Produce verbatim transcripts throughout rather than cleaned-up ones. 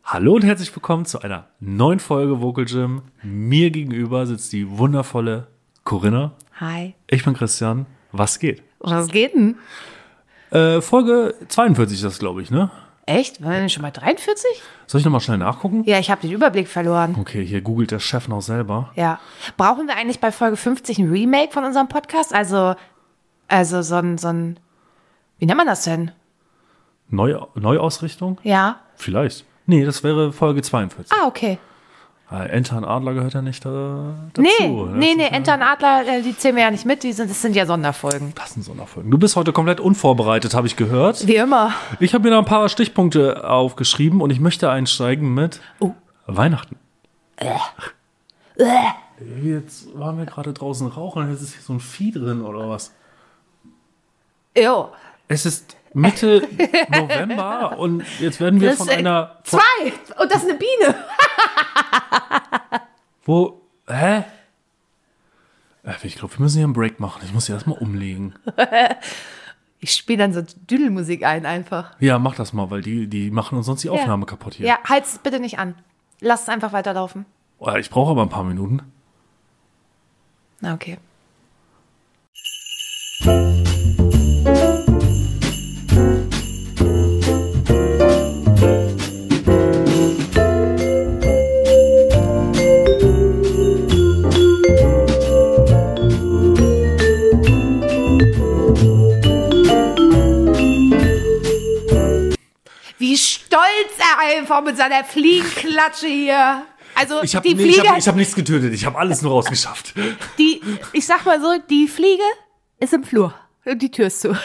Hallo und herzlich willkommen zu einer neuen Folge Vocal Gym. Mir gegenüber sitzt die wundervolle Corinna. Hi. Ich bin Christian. Was geht? Was geht denn? Äh, Folge zweiundvierzig ist das, glaube ich, ne? Echt? Waren wir denn schon mal dreiundvierzig? Soll ich nochmal schnell nachgucken? Ja, ich habe den Überblick verloren. Okay, hier googelt der Chef noch selber. Ja. Brauchen wir eigentlich bei Folge fünfzig ein Remake von unserem Podcast? Also, also so ein, so ein, wie nennt man das denn? Neu, Neuausrichtung? Ja. Vielleicht. Nee, das wäre Folge zweiundvierzig. Ah, okay. Äh, Enter und Adler gehört ja nicht da, dazu. Nee, Das nee, ist nee, ja- Enter und Adler, äh, die zählen wir ja nicht mit, die sind, das sind ja Sonderfolgen. Das sind Sonderfolgen. Du bist heute komplett unvorbereitet, habe ich gehört. Wie immer. Ich habe mir da ein paar Stichpunkte aufgeschrieben und ich möchte einsteigen mit Oh. Weihnachten. Äh. Jetzt waren wir gerade draußen rauchen und jetzt ist hier so ein Vieh drin oder was? Jo. Es ist Mitte November und jetzt werden wir Das von ist, äh, einer... Zwei! Und das ist eine Biene. Wo? Hä? Äh, Ich glaube, wir müssen hier einen Break machen. Ich muss hier erstmal umlegen. Ich spiele dann so Düdelmusik ein einfach. Ja, mach das mal, weil die, die machen uns sonst die Aufnahme kaputt hier. Ja, halt's bitte nicht an. Lass es einfach weiterlaufen. Oh, ich brauche aber ein paar Minuten. Na, okay. Wie stolz er einfach mit seiner Fliegenklatsche hier. Also Ich habe die nee, Fliege, ich hab, ich hab nichts getötet. Ich habe alles nur rausgeschafft. die, ich sag mal so, die Fliege ist im Flur. Und die Tür ist zu.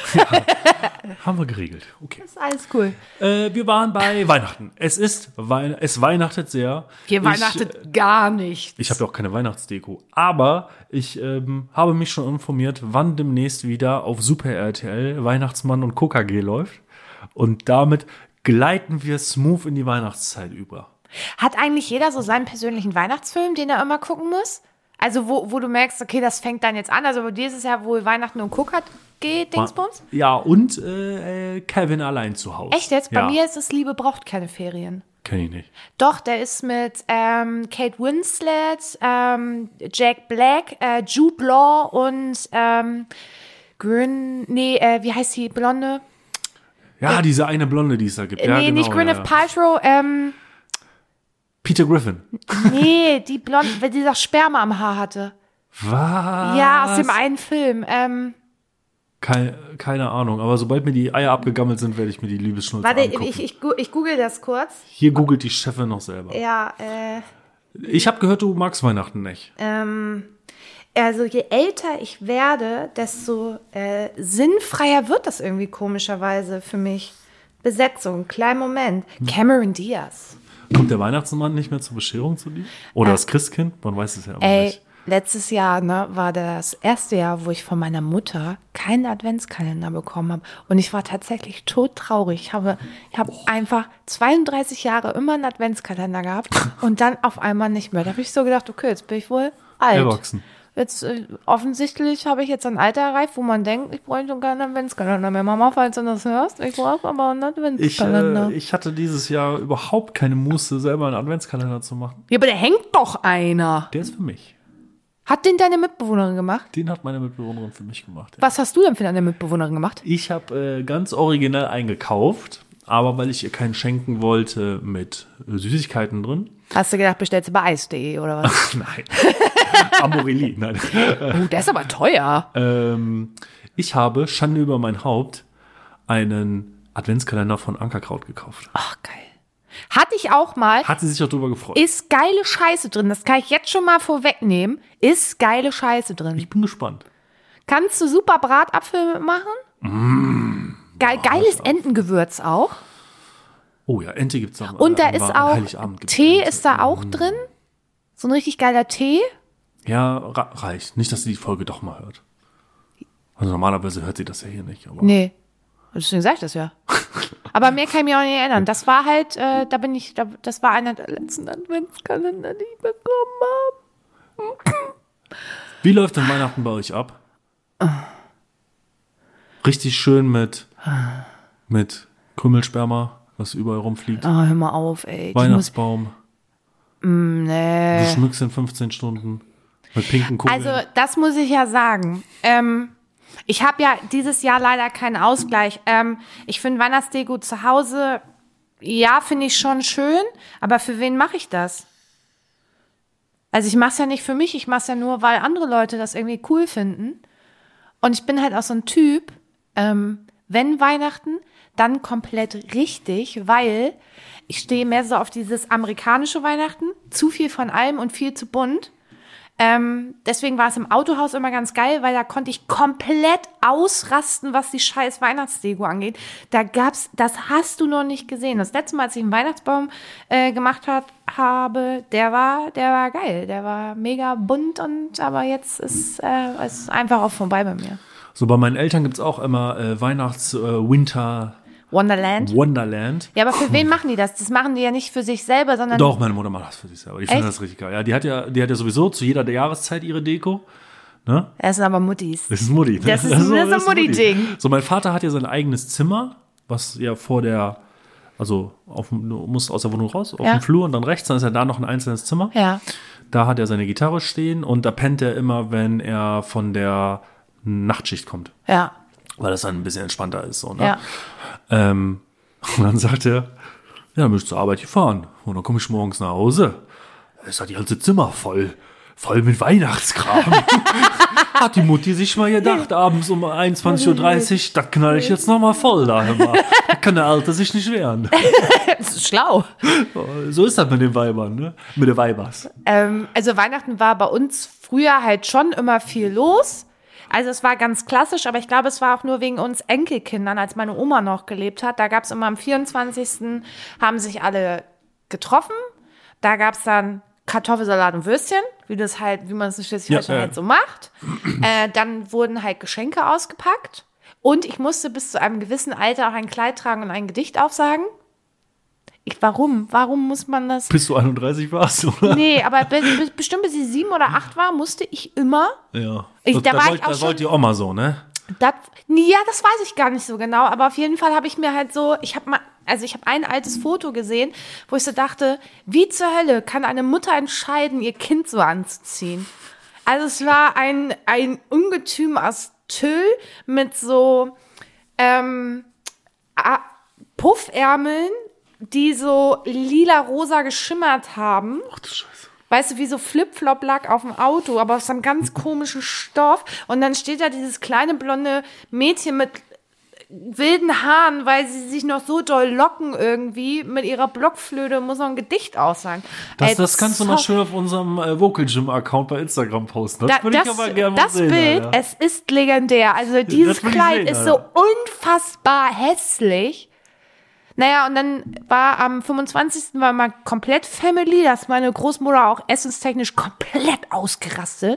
Haben wir geregelt. Okay. Ist alles cool. Äh, wir waren bei Weihnachten. Es ist Wein es weihnachtet sehr. Hier ich, weihnachtet gar nichts. Ich habe ja auch keine Weihnachtsdeko. Aber ich ähm, habe mich schon informiert, wann demnächst wieder auf Super R T L Weihnachtsmann und K K G läuft. Und damit gleiten wir smooth in die Weihnachtszeit über. Hat eigentlich jeder so seinen persönlichen Weihnachtsfilm, den er immer gucken muss? Also wo, wo du merkst, okay, das fängt dann jetzt an. Also bei dir ist es ja wohl Weihnachten und K K G-Dingsbums. Ja, und äh, Kevin allein zu Hause. Echt jetzt? Bei ja. mir ist es Liebe braucht keine Ferien. Kenn ich nicht. Doch, der ist mit ähm, Kate Winslet, ähm, Jack Black, äh, Jude Law und ähm, Grin, nee, äh, wie heißt die Blonde? Ja, diese eine Blonde, die es da gibt. Äh, ja, nee, genau, nicht Gwyneth ja, ja. Paltrow, ähm, Peter Griffin. nee, die Blonde, weil die das Sperma am Haar hatte. Was? Ja, aus dem einen Film. Ähm, Keine, keine Ahnung, aber sobald mir die Eier abgegammelt sind, werde ich mir die Liebesschnulze warte, angucken. ich, ich, gu- ich google das kurz. Hier googelt die Chefin noch selber. Ja, äh, Ich habe gehört, du magst Weihnachten nicht. ähm, also je älter ich werde, desto äh, sinnfreier wird das irgendwie komischerweise für mich. Besetzung, kleinen Moment. Cameron Diaz. Kommt der Weihnachtsmann nicht mehr zur Bescherung zu dir? Oder das Christkind? Man weiß es ja immer Ey, nicht. letztes Jahr ne, war das erste Jahr, wo ich von meiner Mutter keinen Adventskalender bekommen habe. Und ich war tatsächlich todtraurig. Ich habe, ich habe einfach zweiunddreißig Jahre immer einen Adventskalender gehabt und dann auf einmal nicht mehr. Da habe ich so gedacht, okay, jetzt bin ich wohl alt. Erwachsen. Jetzt äh, offensichtlich habe ich jetzt ein Alter erreicht, wo man denkt, ich bräuchte keinen Adventskalender mehr. Mama, falls du das hörst, ich brauche aber einen Ich, Adventskalender. äh, ich hatte dieses Jahr überhaupt keine Muße, selber einen Adventskalender zu machen. Ja, aber da hängt doch einer. Der ist für mich. Hat den deine Mitbewohnerin gemacht? Den hat meine Mitbewohnerin für mich gemacht. Ja. Was hast du denn für deine Mitbewohnerin gemacht? Ich habe äh, ganz originell eingekauft, aber weil ich ihr keinen schenken wollte mit äh, Süßigkeiten drin. Hast du gedacht, bestellst du bei eis punkt de oder was? Nein. Amorelie, nein. Oh, der ist aber teuer. ähm, ich habe, Schande über mein Haupt, einen Adventskalender von Ankerkraut gekauft. Ach, geil. Hatte ich auch mal. Hat sie sich auch drüber gefreut. Ist geile Scheiße drin. Das kann ich jetzt schon mal vorwegnehmen. Ist geile Scheiße drin. Ich bin gespannt. Kannst du super Bratapfel mitmachen? Mm, Geil, geiles Entengewürz auch. Oh ja, Ente gibt's da. Und da an- ist an auch Heiligabend gibt's Tee Ente. ist da auch drin. So ein richtig geiler Tee. Ja, ra- reicht. Nicht, dass sie die Folge doch mal hört. Also normalerweise hört sie das ja hier nicht. Aber Nee. Deswegen sag ich das ja. Aber mehr kann ich mich auch nicht erinnern. Das war halt, äh, da bin ich, da, das war einer der letzten Adventskalender, die ich bekommen habe. Wie läuft denn Weihnachten bei euch ab? Richtig schön mit, mit Krümelsperma was überall rumfliegt. Oh, hör mal auf, ey. Die Weihnachtsbaum. Muss, mm, nee. Du schmückst in fünfzehn Stunden mit pinken Kugeln. Also, das muss ich ja sagen. Ähm, ich habe ja dieses Jahr leider keinen Ausgleich. Ähm, ich finde Weihnachtsdeko zu Hause, ja, finde ich schon schön, aber für wen mache ich das? Also ich mache es ja nicht für mich, ich mache es ja nur, weil andere Leute das irgendwie cool finden. Und ich bin halt auch so ein Typ, ähm, wenn Weihnachten, dann komplett richtig, weil ich stehe mehr so auf dieses amerikanische Weihnachten, zu viel von allem und viel zu bunt. Ähm, deswegen war es im Autohaus immer ganz geil, weil da konnte ich komplett ausrasten, was die scheiß Weihnachtsdeko angeht. Da gab's, das hast du noch nicht gesehen. Das letzte Mal, als ich einen Weihnachtsbaum äh, gemacht hat, habe, der war, der war geil. Der war mega bunt und aber jetzt ist äh, ist einfach auch vorbei bei mir. So, bei meinen Eltern gibt es auch immer äh, Weihnachts-, äh, Winter- Wonderland? Wonderland. Ja, aber für wen machen die das? Das machen die ja nicht für sich selber, sondern... Doch, meine Mutter macht das für sich selber. Die findet Echt? das richtig geil. Ja, die hat ja, die hat ja sowieso zu jeder Jahreszeit ihre Deko. Ne? Das sind aber Muttis. Das ist Mutti. Ne? Das ist, das ist ein Mutti-Ding. So, mein Vater hat ja sein eigenes Zimmer, was ja vor der, also auf, du musst aus der Wohnung raus, auf Ja. dem Flur und dann rechts, dann ist ja da noch ein einzelnes Zimmer. Ja. Da hat er seine Gitarre stehen und da pennt er immer, wenn er von der Nachtschicht kommt. Ja. Weil das dann ein bisschen entspannter ist. So, ne? Ja. Ähm, und dann sagt er, ja, dann müsst zur Arbeit hier fahren. Und dann komme ich morgens nach Hause. Da ist halt die ganze Zimmer voll. Voll mit Weihnachtskram. Hat die Mutti sich mal gedacht, abends um einundzwanzig Uhr dreißig, das knall ich jetzt nochmal voll da. Immer. Da kann der Alte sich nicht wehren. Das ist schlau. So ist das mit den Weibern, ne? Mit den Weibers. Ähm, also Weihnachten war bei uns früher halt schon immer viel los. Also es war ganz klassisch, aber ich glaube, es war auch nur wegen uns Enkelkindern, als meine Oma noch gelebt hat. Da gab es immer am vierundzwanzigsten haben sich alle getroffen. Da gab es dann Kartoffelsalat und Würstchen, wie das halt, wie man es in Schleswig-Holstein Ja, äh. halt so macht. Äh, dann wurden halt Geschenke ausgepackt. Und ich musste bis zu einem gewissen Alter auch ein Kleid tragen und ein Gedicht aufsagen. Ich, warum? Warum muss man das? Bis du einunddreißig warst, oder? Nee, aber be be bestimmt bis ich sieben oder acht war, musste ich immer. Ja. Ich, da da war wollt, ich auch da schon. wollt ihr Oma so, ne? Das, ja, das weiß ich gar nicht so genau, aber auf jeden Fall habe ich mir halt so, ich habe mal, also ich habe ein altes Foto gesehen, wo ich so dachte, wie zur Hölle kann eine Mutter entscheiden, ihr Kind so anzuziehen? Also es war ein, ein Ungetüm aus Tüll mit so ähm, A- Puffärmeln, die so lila-rosa geschimmert haben. Ach du Scheiße. Weißt du, wie so Flip-Flop-Lack auf dem Auto, aber aus einem ganz komischen Stoff. Und dann steht da dieses kleine blonde Mädchen mit wilden Haaren, weil sie sich noch so doll locken irgendwie mit ihrer Blockflöte und muss noch ein Gedicht aussagen. Das, Ey, das kannst du noch schön auf unserem äh, Vocal Gym-Account bei Instagram posten. Das Da, würde ich das aber gerne mal das sehen. Bild, Alter. es ist legendär. Also dieses will ich Kleid sehen, ist so Alter. unfassbar hässlich. Naja, und dann war am fünfundzwanzigsten war mal komplett Family, da ist meine Großmutter auch essenstechnisch komplett ausgerastet.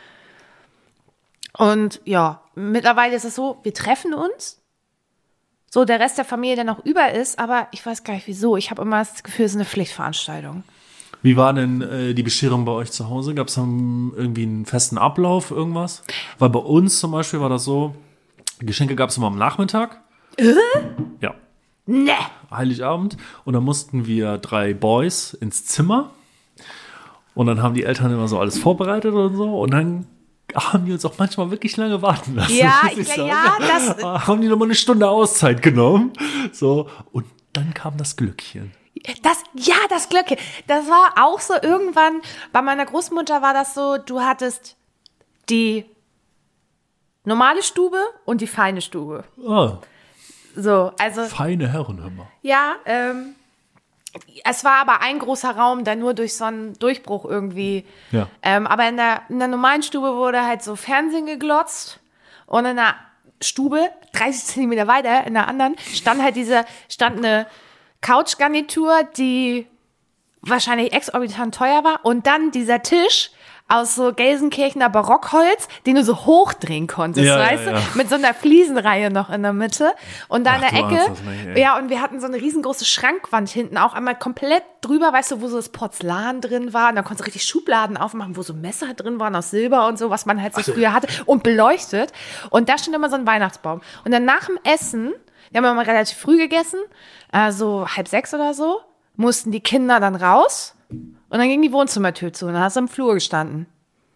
Und ja, mittlerweile ist es so, wir treffen uns. So, der Rest der Familie, der noch über ist, aber ich weiß gar nicht wieso. Ich habe immer das Gefühl, es ist eine Pflichtveranstaltung. Wie war denn äh, die Bescherung bei euch zu Hause? Gab es irgendwie einen festen Ablauf, irgendwas? Weil bei uns zum Beispiel war das so, Geschenke gab es immer am Nachmittag. Äh? Ja. Ne. Heiligabend. Und dann mussten wir drei Boys ins Zimmer. Und dann haben die Eltern immer so alles vorbereitet und so. Und dann haben die uns auch manchmal wirklich lange warten lassen. Ja, muss ich, sagen. ja, das, Haben die nochmal eine Stunde Auszeit genommen. So. Und dann kam das Glückchen. Das, ja, das Glück. Das war auch so irgendwann, bei meiner Großmutter war das so, du hattest die normale Stube und die feine Stube. Oh, So, also, feine Herren, hör mal. ja, ähm, es war aber ein großer Raum, der nur durch so einen Durchbruch irgendwie, Ja. ähm, aber in der, in der normalen Stube wurde halt so Fernsehen geglotzt und in der Stube, dreißig Zentimeter weiter, in der anderen, stand halt diese, stand eine Couchgarnitur, die wahrscheinlich exorbitant teuer war. Und dann dieser Tisch aus so Gelsenkirchener Barockholz, den du so hochdrehen konntest, Ja, weißt ja, du? ja. Mit so einer Fliesenreihe noch in der Mitte. Und da Ach, in der du Ecke, ahnst das nicht, ey. ja, und wir hatten so eine riesengroße Schrankwand hinten, auch einmal komplett drüber, weißt du, wo so das Porzellan drin war. Und da konntest du richtig Schubladen aufmachen, wo so Messer drin waren aus Silber und so, was man halt so Ach, früher hatte. Und beleuchtet. Und da stand immer so ein Weihnachtsbaum. Und dann nach dem Essen Wir haben immer relativ früh gegessen, äh, so halb sechs oder so, mussten die Kinder dann raus und dann ging die Wohnzimmertür zu und dann hast du im Flur gestanden.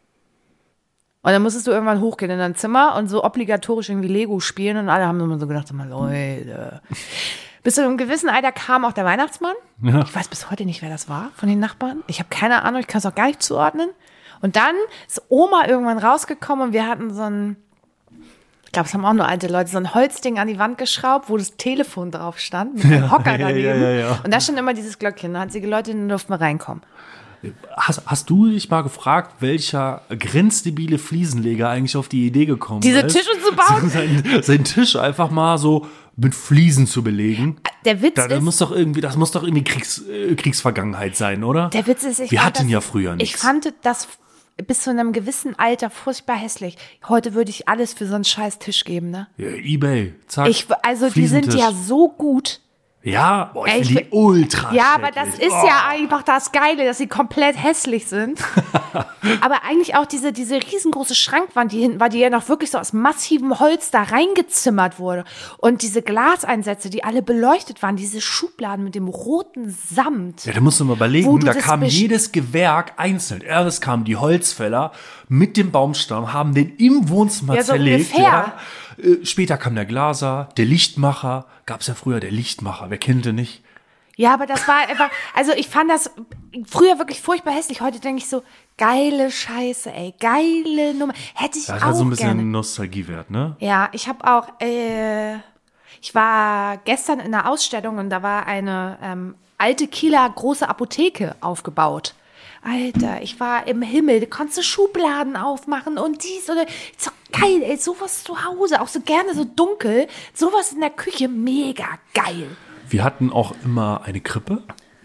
Und dann musstest du irgendwann hochgehen in dein Zimmer und so obligatorisch irgendwie Lego spielen und alle haben immer so gedacht, mal Leute. Bis zu einem gewissen Alter kam auch der Weihnachtsmann. Ja. Ich weiß bis heute nicht, wer das war von den Nachbarn. Ich habe keine Ahnung, ich kann es auch gar nicht zuordnen. Und dann ist Oma irgendwann rausgekommen und wir hatten so ein, ich glaube, es haben auch nur alte Leute, so ein Holzding an die Wand geschraubt, wo das Telefon drauf stand, mit einem Hocker ja, daneben. ja, ja, ja. Und da stand immer dieses Glöckchen. Da hat sie geläutet und dann durften wir reinkommen. Hast, hast du dich mal gefragt, welcher grenzdebile Fliesenleger eigentlich auf die Idee gekommen Diese ist? Tische zu bauen? Seinen, seinen Tisch einfach mal so mit Fliesen zu belegen. Der Witz Da, da ist, muss doch irgendwie, das muss doch irgendwie Kriegs, äh, Kriegsvergangenheit sein, oder? der Witz ist, ich Wir fand hatten das, ja früher nichts. Ich fand das bis zu einem gewissen Alter furchtbar hässlich. Heute würde ich alles für so einen scheiß Tisch geben, ne? Ja, eBay, zack. Ich, also die sind Fliesentisch. ja so gut. Ja, boah, ich Ey, finde ich die ultra Ja, aber das schrecklich. ist Oh. ja einfach das Geile, dass sie komplett hässlich sind. Aber eigentlich auch diese, diese riesengroße Schrankwand, die hinten war, die ja noch wirklich so aus massivem Holz da reingezimmert wurde. Und diese Glaseinsätze, die alle beleuchtet waren, diese Schubladen mit dem roten Samt. Ja, da musst du mal Wo überlegen, du da das kam besch- jedes Gewerk einzeln. Erst kamen die Holzfäller mit dem Baumstamm, haben den im Wohnzimmer Ja, so zerlegt. ungefähr. Ja. Äh, Später kam der Glaser, der Lichtmacher. Gab's ja früher, der Lichtmacher. Wer kennt den nicht? Ja, aber das war einfach, also ich fand das früher wirklich furchtbar hässlich. Heute denke ich so, geile Scheiße, ey, geile Nummer. Hätte ich Das auch hat so ein bisschen gerne. Nostalgiewert, ne? Ja, ich habe auch, äh, ich war gestern in einer Ausstellung und da war eine ähm, alte Kieler große Apotheke aufgebaut. Alter, ich war im Himmel, da konntest du Schubladen aufmachen und dies oder, ist doch geil, ey, sowas zu Hause, auch so gerne so dunkel, sowas in der Küche, mega geil. Wir hatten auch immer eine Krippe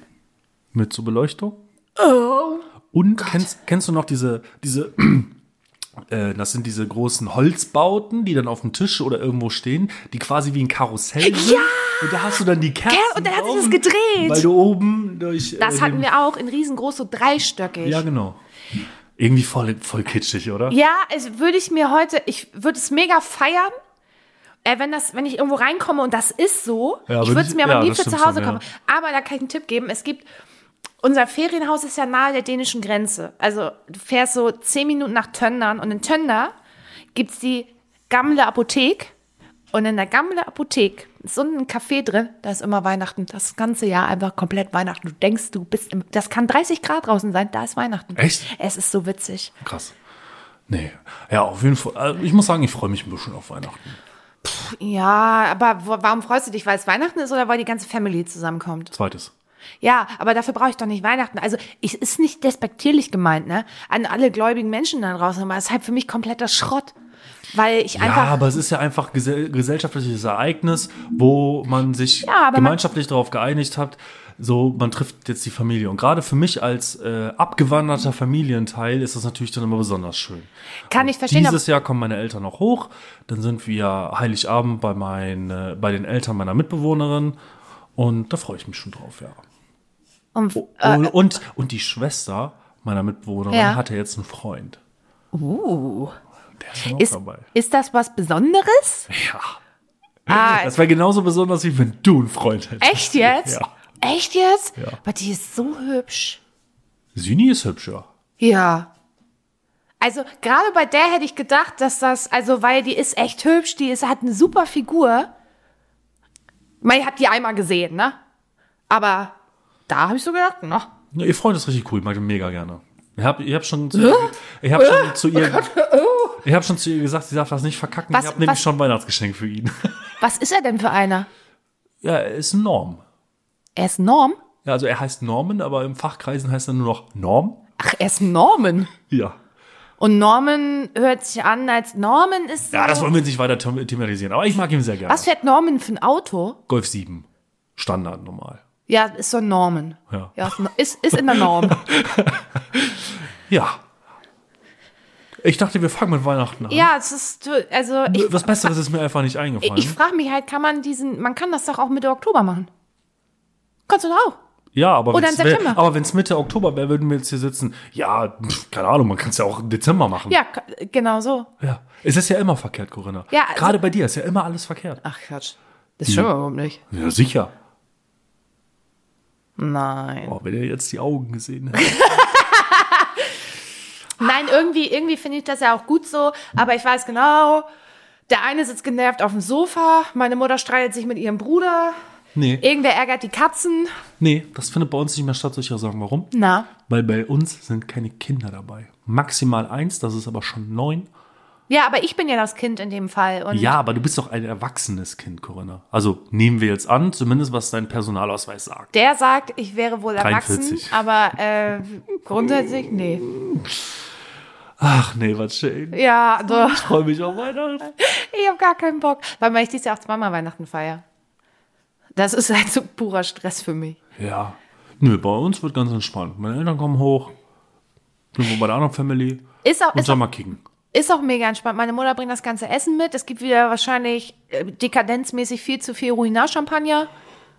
mit so Beleuchtung. Oh. Und kennst, kennst du noch diese, diese, äh, das sind diese großen Holzbauten, die dann auf dem Tisch oder irgendwo stehen, die quasi wie ein Karussell sind. Ja! Und da hast du dann die Kerzen. Ja, und dann hat sich drauf, das gedreht. Weil du oben durch. Das äh, hatten den- wir auch in riesengroß, so dreistöckig. Ja, genau. Irgendwie voll, voll kitschig, oder? Ja, es würde ich mir heute, ich würde es mega feiern, äh, wenn das, wenn ich irgendwo reinkomme und das ist so. Ja, ich würde würde es ich- mir aber ja, nie das für stimmt zu Hause schon, ja. kaufen. Aber da kann ich einen Tipp geben. Es gibt, unser Ferienhaus ist ja nahe der dänischen Grenze. Also du fährst so zehn Minuten nach Töndern und in Tönder gibt's die Gamle Apothek. Und in der Gamle Apothek ist unten ein Café drin, da ist immer Weihnachten. Das ganze Jahr einfach komplett Weihnachten. Du denkst, du bist im, das kann dreißig Grad draußen sein, da ist Weihnachten. Echt? Es ist so witzig. Krass. Nee. Ja, auf jeden Fall. Also ich muss sagen, ich freue mich ein bisschen auf Weihnachten. Ja, aber wo, warum freust du dich, weil es Weihnachten ist oder weil die ganze Family zusammenkommt? Zweites. Ja, aber dafür brauche ich doch nicht Weihnachten. Also, es ist nicht despektierlich gemeint, ne? An alle gläubigen Menschen da draußen, aber es ist halt für mich kompletter Schrott. Weil ich Ja, einfach. aber es ist ja einfach gesell gesellschaftliches Ereignis, wo man sich Ja, aber man- gemeinschaftlich darauf geeinigt hat, so, man trifft jetzt die Familie. Und gerade für mich als äh, abgewanderter Familienteil ist das natürlich dann immer besonders schön. Kann ich verstehen, Dieses Jahr kommen meine Eltern noch hoch. Dann sind wir Heiligabend bei, mein, äh, bei den Eltern meiner Mitbewohnerin. Und da freue ich mich schon drauf, ja. Und, und, und, und die Schwester meiner Mitbewohnerin Ja. hatte jetzt einen Freund. uh, Der ist noch ist, dabei. ist das was Besonderes? Ja. Ah, Das wäre genauso besonders, wie wenn du einen Freund hättest. echt jetzt? Ja. Echt jetzt? Ja. Aber die ist so hübsch. Süni ist hübscher. Ja. Also gerade bei der hätte ich gedacht, dass das, also weil die ist echt hübsch, die ist, hat eine super Figur. Ich meine, ich habe die einmal gesehen, ne? Aber da habe ich so gedacht, na. Ja, ihr Freund ist richtig cool, ich mag ihn mega gerne. Ich habe ich hab schon, zu ihr- ich hab schon zu ihr, ich habe schon zu ihr gesagt, sie darf das nicht verkacken. Was- ich habe nämlich was- schon ein Weihnachtsgeschenk für ihn. Was ist er denn für einer? Ja, er ist ein Norm. Er ist Norm? Ja, also er heißt Norman, aber im Fachkreisen heißt er nur noch Norm. Ach, er ist Norman. Ja. Und Norman hört sich an, als Norman ist so. Ja, das wollen wir jetzt nicht weiter them- thematisieren, aber ich mag ihn sehr gerne. Was fährt Norman für ein Auto? Golf sieben. Standard normal. Ja, ist so ein Norman. Ja. Ja, ist, ist in der Norm. Ja. Ich dachte, wir fangen mit Weihnachten an. Ja, es ist, also ich, Was Besseres ist mir einfach nicht eingefallen. ich frage mich halt, kann man diesen, man kann das doch auch Mitte Oktober machen. Kannst du doch auch. Ja, aber Oder wenn's im wär- September. aber wenn es Mitte Oktober wäre, würden wir jetzt hier sitzen. Ja, pf, keine Ahnung, man kann es ja auch im Dezember machen. Ja, k- genau so. Ja. Es ist ja immer verkehrt, Corinna. Ja, also- Gerade bei dir ist ja immer alles verkehrt. Ach Quatsch. Das stimmt überhaupt nicht. Ja, sicher. Nein. Oh, wenn ihr jetzt die Augen gesehen hättet. Nein, irgendwie, irgendwie finde ich das ja auch gut so, aber ich weiß genau, der eine sitzt genervt auf dem Sofa, meine Mutter streitet sich mit ihrem Bruder, Nee. irgendwer ärgert die Katzen. Nee, das findet bei uns nicht mehr statt, soll ich ja sagen, warum? Na? Weil bei uns sind keine Kinder dabei. Maximal eins, das ist aber schon neun. Ja, aber ich bin ja das Kind in dem Fall. Und Ja, aber du bist doch ein erwachsenes Kind, Corinna. Also nehmen wir jetzt an, zumindest was dein Personalausweis sagt. der sagt, ich wäre wohl erwachsen, dreiundvierzig. aber äh, grundsätzlich, nee. Ach nee, was schön. Ja, doch. Ich freue mich auf Weihnachten. Ich habe gar keinen Bock. Weil ich dieses Jahr auch zweimal Weihnachten feiere. Das ist halt so purer Stress für mich. Ja. Nö, bei uns wird ganz entspannt. Meine Eltern kommen hoch. Sind wir bei der anderen Family. Ist auch, Und ist, auch, Sommer kicken. ist auch mega entspannt. Meine Mutter bringt das ganze Essen mit. Es gibt wieder wahrscheinlich äh, dekadenzmäßig viel zu viel Ruinar-Champagner,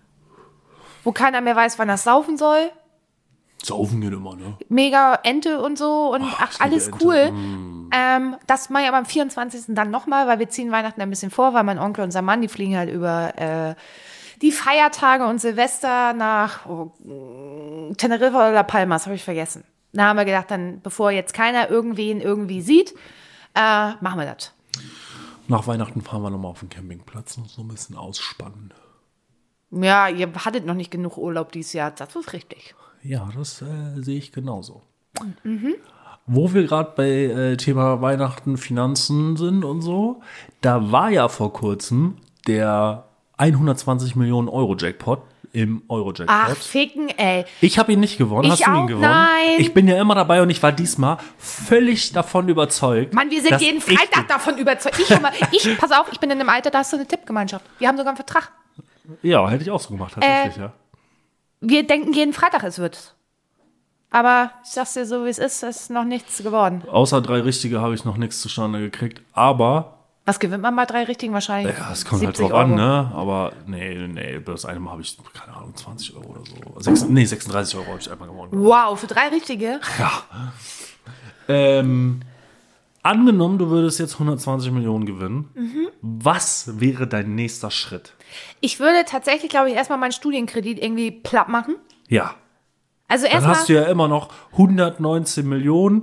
wo keiner mehr weiß, wann das saufen soll. Saufen geht immer, ne? Mega Ente und so und ach, ich liebe alles Ente. cool. Ähm, das mache ich aber am vierundzwanzigsten dann nochmal, weil wir ziehen Weihnachten ein bisschen vor, weil mein Onkel und sein Mann, die fliegen halt über äh, die Feiertage und Silvester nach oh, Teneriffa oder Palmas, habe ich vergessen. Da haben wir gedacht, dann, bevor jetzt keiner irgendwen irgendwie sieht, äh, machen wir das. Nach Weihnachten fahren wir nochmal auf den Campingplatz und so ein bisschen ausspannen. Ja, ihr hattet noch nicht genug Urlaub dieses Jahr, das ist richtig. Ja, das äh, sehe ich genauso. Mhm. Wo wir gerade bei äh, Thema Weihnachten, Finanzen sind und so, da war ja vor kurzem der hundertzwanzig Millionen Euro Jackpot im Euro-Jackpot. Ach, ficken, ey. Ich habe ihn nicht gewonnen. Ich Hast du ihn auch? gewonnen? Nein. Ich bin ja immer dabei und ich war diesmal völlig davon überzeugt. Mann, wir sind dass jeden ich Freitag den- davon überzeugt. Ich, immer, ich, pass auf, ich bin in einem Alter, da hast du eine Tippgemeinschaft. Wir haben sogar einen Vertrag. Ja, hätte ich auch so gemacht, tatsächlich, Äh, ja. Wir denken jeden Freitag, es wird. Aber ich sag's dir so, wie es ist, ist noch nichts geworden. Außer drei richtige habe ich noch nichts zustande gekriegt. Aber, Was gewinnt man bei drei Richtigen wahrscheinlich? ja, es kommt halt siebzig drauf an, Euro. ne? Aber, nee, nee, bei das eine Mal habe ich, keine Ahnung, zwanzig Euro oder so. Sechs, nee, sechsunddreißig Euro habe ich einmal gewonnen. Wow, für drei Richtige? Ähm, angenommen, du würdest jetzt hundertzwanzig Millionen gewinnen. Mhm. Was wäre dein nächster Schritt? Ich würde tatsächlich, glaube ich, erstmal meinen Studienkredit irgendwie platt machen. Ja. Also Dann erstmal. hast du ja immer noch hundertneunzehn Millionen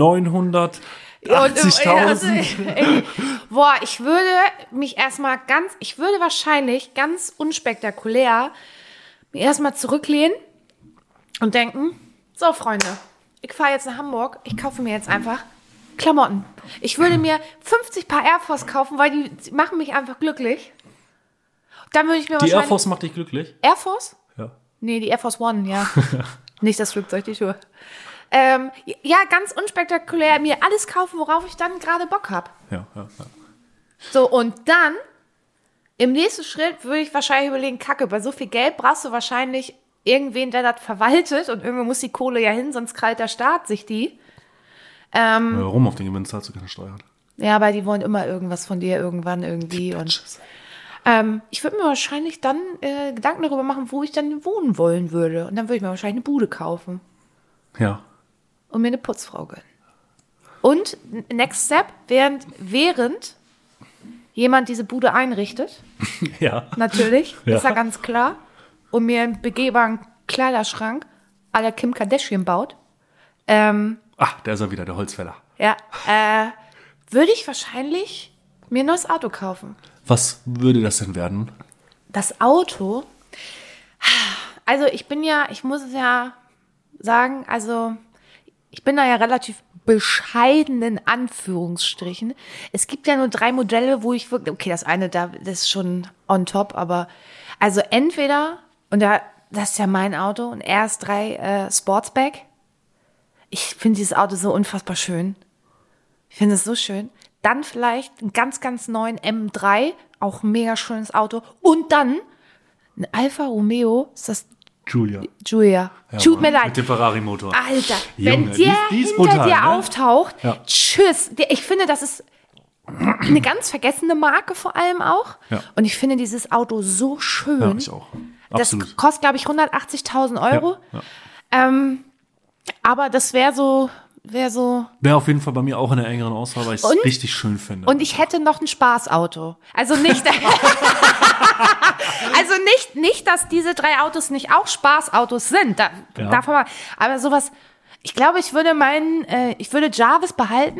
neunhundertachtzigtausend. Boah, ich würde mich erstmal ganz, ich würde wahrscheinlich ganz unspektakulär mir erstmal zurücklehnen und denken, so Freunde, ich fahre jetzt nach Hamburg, ich kaufe mir jetzt einfach Klamotten. Ich würde mir fünfzig Paar Air Force kaufen, weil die machen mich einfach glücklich. Dann würde ich mir Die wahrscheinlich... Air Force macht dich glücklich? Air Force? Ja. Nee, die Air Force One, ja. Nicht das Flugzeug, die Schuhe. Ähm, ja, ganz unspektakulär mir alles kaufen, worauf ich dann gerade Bock habe. Ja, ja, ja. So, und dann, im nächsten Schritt würde ich wahrscheinlich überlegen, Kacke, bei so viel Geld brauchst du wahrscheinlich irgendwen, der das verwaltet und irgendwo muss die Kohle ja hin, sonst krallt der Staat sich die. Ähm, Warum auf den Gewinn zahlst du keine Steuern? ja, aber die wollen immer irgendwas von dir irgendwann irgendwie. Und ähm, ich würde mir wahrscheinlich dann äh, Gedanken darüber machen, wo ich dann wohnen wollen würde. Und dann würde ich mir wahrscheinlich eine Bude kaufen Ja. und mir eine Putzfrau gönnen. Und Next Step, während, während jemand diese Bude einrichtet, Ja. natürlich, Ja. ist ja ganz klar, und mir einen begehbaren Kleiderschrank à la Kim Kardashian baut, ähm, Ach, da ist er wieder, der Holzfäller. ja, äh, würde ich wahrscheinlich mir ein neues Auto kaufen. Was würde das denn werden? Das Auto, also ich bin ja, ich muss es ja sagen, also ich bin da ja relativ bescheiden in Anführungsstrichen. Es gibt ja nur drei Modelle, wo ich wirklich, okay, das eine, da, das ist schon on top, aber also entweder, und da, das ist ja mein Auto, ein R S drei äh, Sportsback. Ich finde dieses Auto so unfassbar schön. Ich finde es so schön. Dann vielleicht einen ganz, ganz neuen M drei, auch ein mega schönes Auto. Und dann ein Alfa Romeo, ist das Julia. Julia? Ja, Tut Mann, mir leid. Mit dem Ferrari-Motor. Alter, Junge, wenn die der ist- die ist hinter brutal, dir ne? auftaucht, Ja. tschüss. Der- Ich finde, das ist eine ganz vergessene Marke vor allem auch. Ja. Und ich finde dieses Auto so schön. Ja, ich auch. Das Absolut. kostet, glaube ich, hundertachtzigtausend Euro. Ja, ja. Ähm, aber das wäre so, wäre so. Wäre auf jeden Fall bei mir auch in der engeren Auswahl, weil ich es Und- richtig schön finde. Und ich hätte noch ein Spaßauto. Also nicht. Also nicht, nicht, dass diese drei Autos nicht auch Spaßautos sind. Da, Ja. davon mal, aber sowas, ich glaube, ich würde meinen, äh, ich würde Jarvis behalten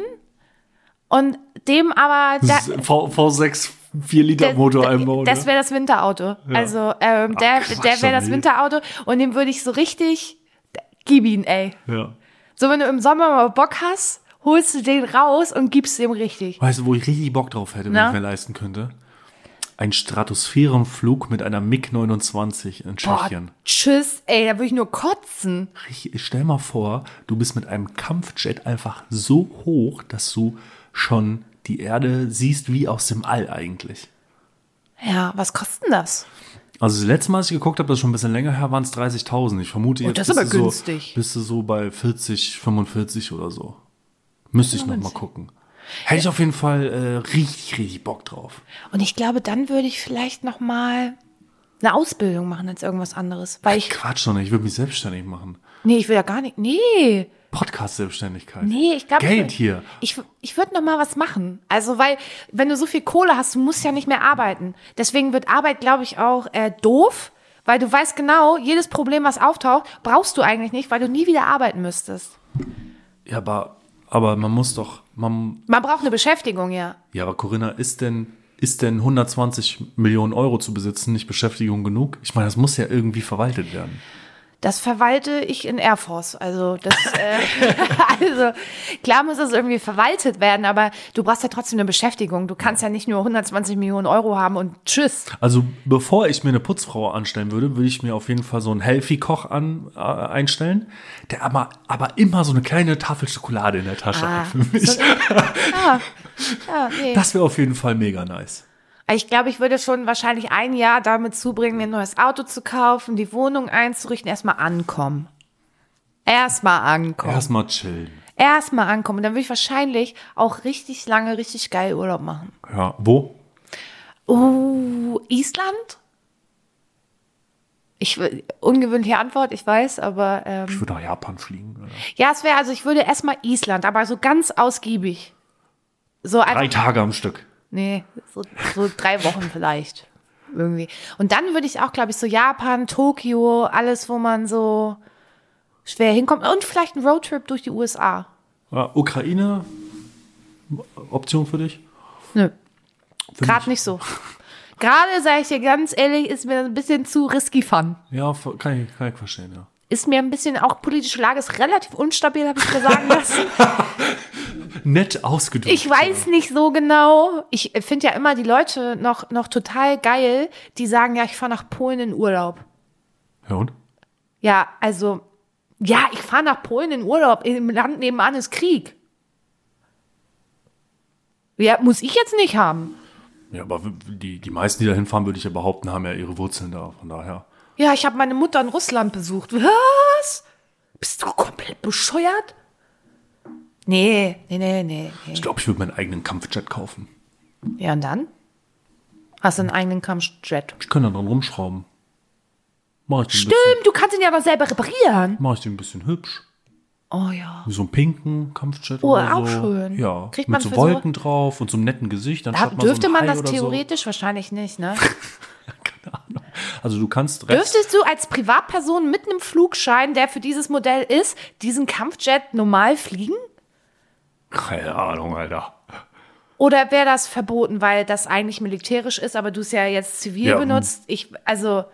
und dem aber da, V, V6 vier Liter Motor einbauen. das ne? wäre das Winterauto. Also ähm, der, Ach, der wäre das nee. Winterauto und dem würde ich so richtig, gib ihn, ey. Ja. So, wenn du im Sommer mal Bock hast, holst du den raus und gibst dem richtig. Weißt du, wo ich richtig Bock drauf hätte, wenn Na? ich mir leisten könnte? Ein Stratosphärenflug mit einer MiG neunundzwanzig in Boah, Tschechien. tschüss, ey, da würde ich nur kotzen. Richtig, stell mal vor, du bist mit einem Kampfjet einfach so hoch, dass du schon die Erde siehst wie aus dem All eigentlich. Ja, was kostet denn das? Also das letzte Mal, als ich geguckt habe, das ist schon ein bisschen länger her, waren es dreißigtausend. Ich vermute Oh, jetzt das ist bist aber du günstig. So, bist du so bei vierzig, fünfundvierzig oder so. Müsste ich noch mal gucken. Hätte ich auf jeden Fall äh, richtig, richtig Bock drauf. Und ich glaube, dann würde ich vielleicht noch mal eine Ausbildung machen als irgendwas anderes. Weil ich, Quatsch doch nicht, ich würde mich selbstständig machen. nee, ich will ja gar nicht, nee, Podcast-Selbstständigkeit. nee, ich glaube. Geld ich, hier. Ich, ich würde noch mal was machen. Also, weil, wenn du so viel Kohle hast, du musst ja nicht mehr arbeiten. Deswegen wird Arbeit, glaube ich, auch äh, doof, weil du weißt genau, jedes Problem, was auftaucht, brauchst du eigentlich nicht, weil du nie wieder arbeiten müsstest. Ja, aber, aber man muss doch, man, Man braucht eine Beschäftigung, ja. ja, aber Corinna, ist denn, ist denn hundertzwanzig Millionen Euro zu besitzen nicht Beschäftigung genug? Ich meine, das muss ja irgendwie verwaltet werden. Das verwalte ich in Air Force. Also, das, äh, also klar muss das irgendwie verwaltet werden, aber du brauchst ja trotzdem eine Beschäftigung. Du kannst ja nicht nur hundertzwanzig Millionen Euro haben und tschüss. Also bevor ich mir eine Putzfrau anstellen würde, würde ich mir auf jeden Fall so einen Healthy-Koch an, äh, einstellen, der aber, aber immer so eine kleine Tafel Schokolade in der Tasche Ah, hat für mich. so- Ja, ja, nee. Das wäre auf jeden Fall mega nice. Ich glaube, ich würde schon wahrscheinlich ein Jahr damit zubringen, mir ein neues Auto zu kaufen, die Wohnung einzurichten, erstmal ankommen. Erstmal ankommen. Erstmal chillen. Erstmal ankommen. Und dann würde ich wahrscheinlich auch richtig lange, richtig geil Urlaub machen. Ja, wo? Oh, Island? Ich, ungewöhnliche Antwort, ich weiß, aber ähm, Ich würde nach Japan fliegen. Oder? ja, es wäre, also ich würde erstmal Island, aber so ganz ausgiebig. So einfach. Drei Tage am Stück. Nee, so, so drei Wochen vielleicht. Irgendwie. Und dann würde ich auch, glaube ich, so Japan, Tokio, alles, wo man so schwer hinkommt. Und vielleicht ein Roadtrip durch die U S A. Ja, Ukraine, Option für dich? Nö, Für gerade mich? nicht so. Gerade, sage ich dir ganz ehrlich, ist mir ein bisschen zu risky fun. Ja, kann ich, kann ich verstehen, ja. Ist mir ein bisschen, auch politische Lage ist relativ unstabil, habe ich mir sagen lassen. Nett ausgedrückt. Ich weiß nicht so genau. Ich finde ja immer die Leute noch, noch total geil, die sagen, ja, ich fahre nach Polen in Urlaub. Ja, und? Ja, also, ja, ich fahre nach Polen in Urlaub. Im Land nebenan ist Krieg. Ja, muss ich jetzt nicht haben. Ja, aber die, die meisten, die da hinfahren, würde ich ja behaupten, haben ja ihre Wurzeln da. Von daher. Ja, ich habe meine Mutter in Russland besucht. Was? Bist du komplett bescheuert? Nee, nee, nee, nee. nee. Ich glaube, ich würde meinen eigenen Kampfjet kaufen. Ja, und dann? Hast du einen eigenen Kampfjet? Ich kann da dran rumschrauben. Mach ich den ein Stimmt, du kannst ihn ja aber selber reparieren. bisschen, mach ich den ein bisschen hübsch. Oh ja. Wie so einen pinken Kampfjet Oh, oder auch so. schön. Ja, Kriegt mit man so für Wolken drauf und so einem netten Gesicht. Da anstatt mal dürfte so ein man Hai das oder theoretisch wahrscheinlich nicht, ne? So. Keine Ahnung. Also du kannst Rest, Dürftest du als Privatperson mit einem Flugschein, der für dieses Modell ist, diesen Kampfjet normal fliegen? keine Ahnung, Alter. Oder wäre das verboten, weil das eigentlich militärisch ist, aber du es ja jetzt zivil Ja, benutzt? Ich, also.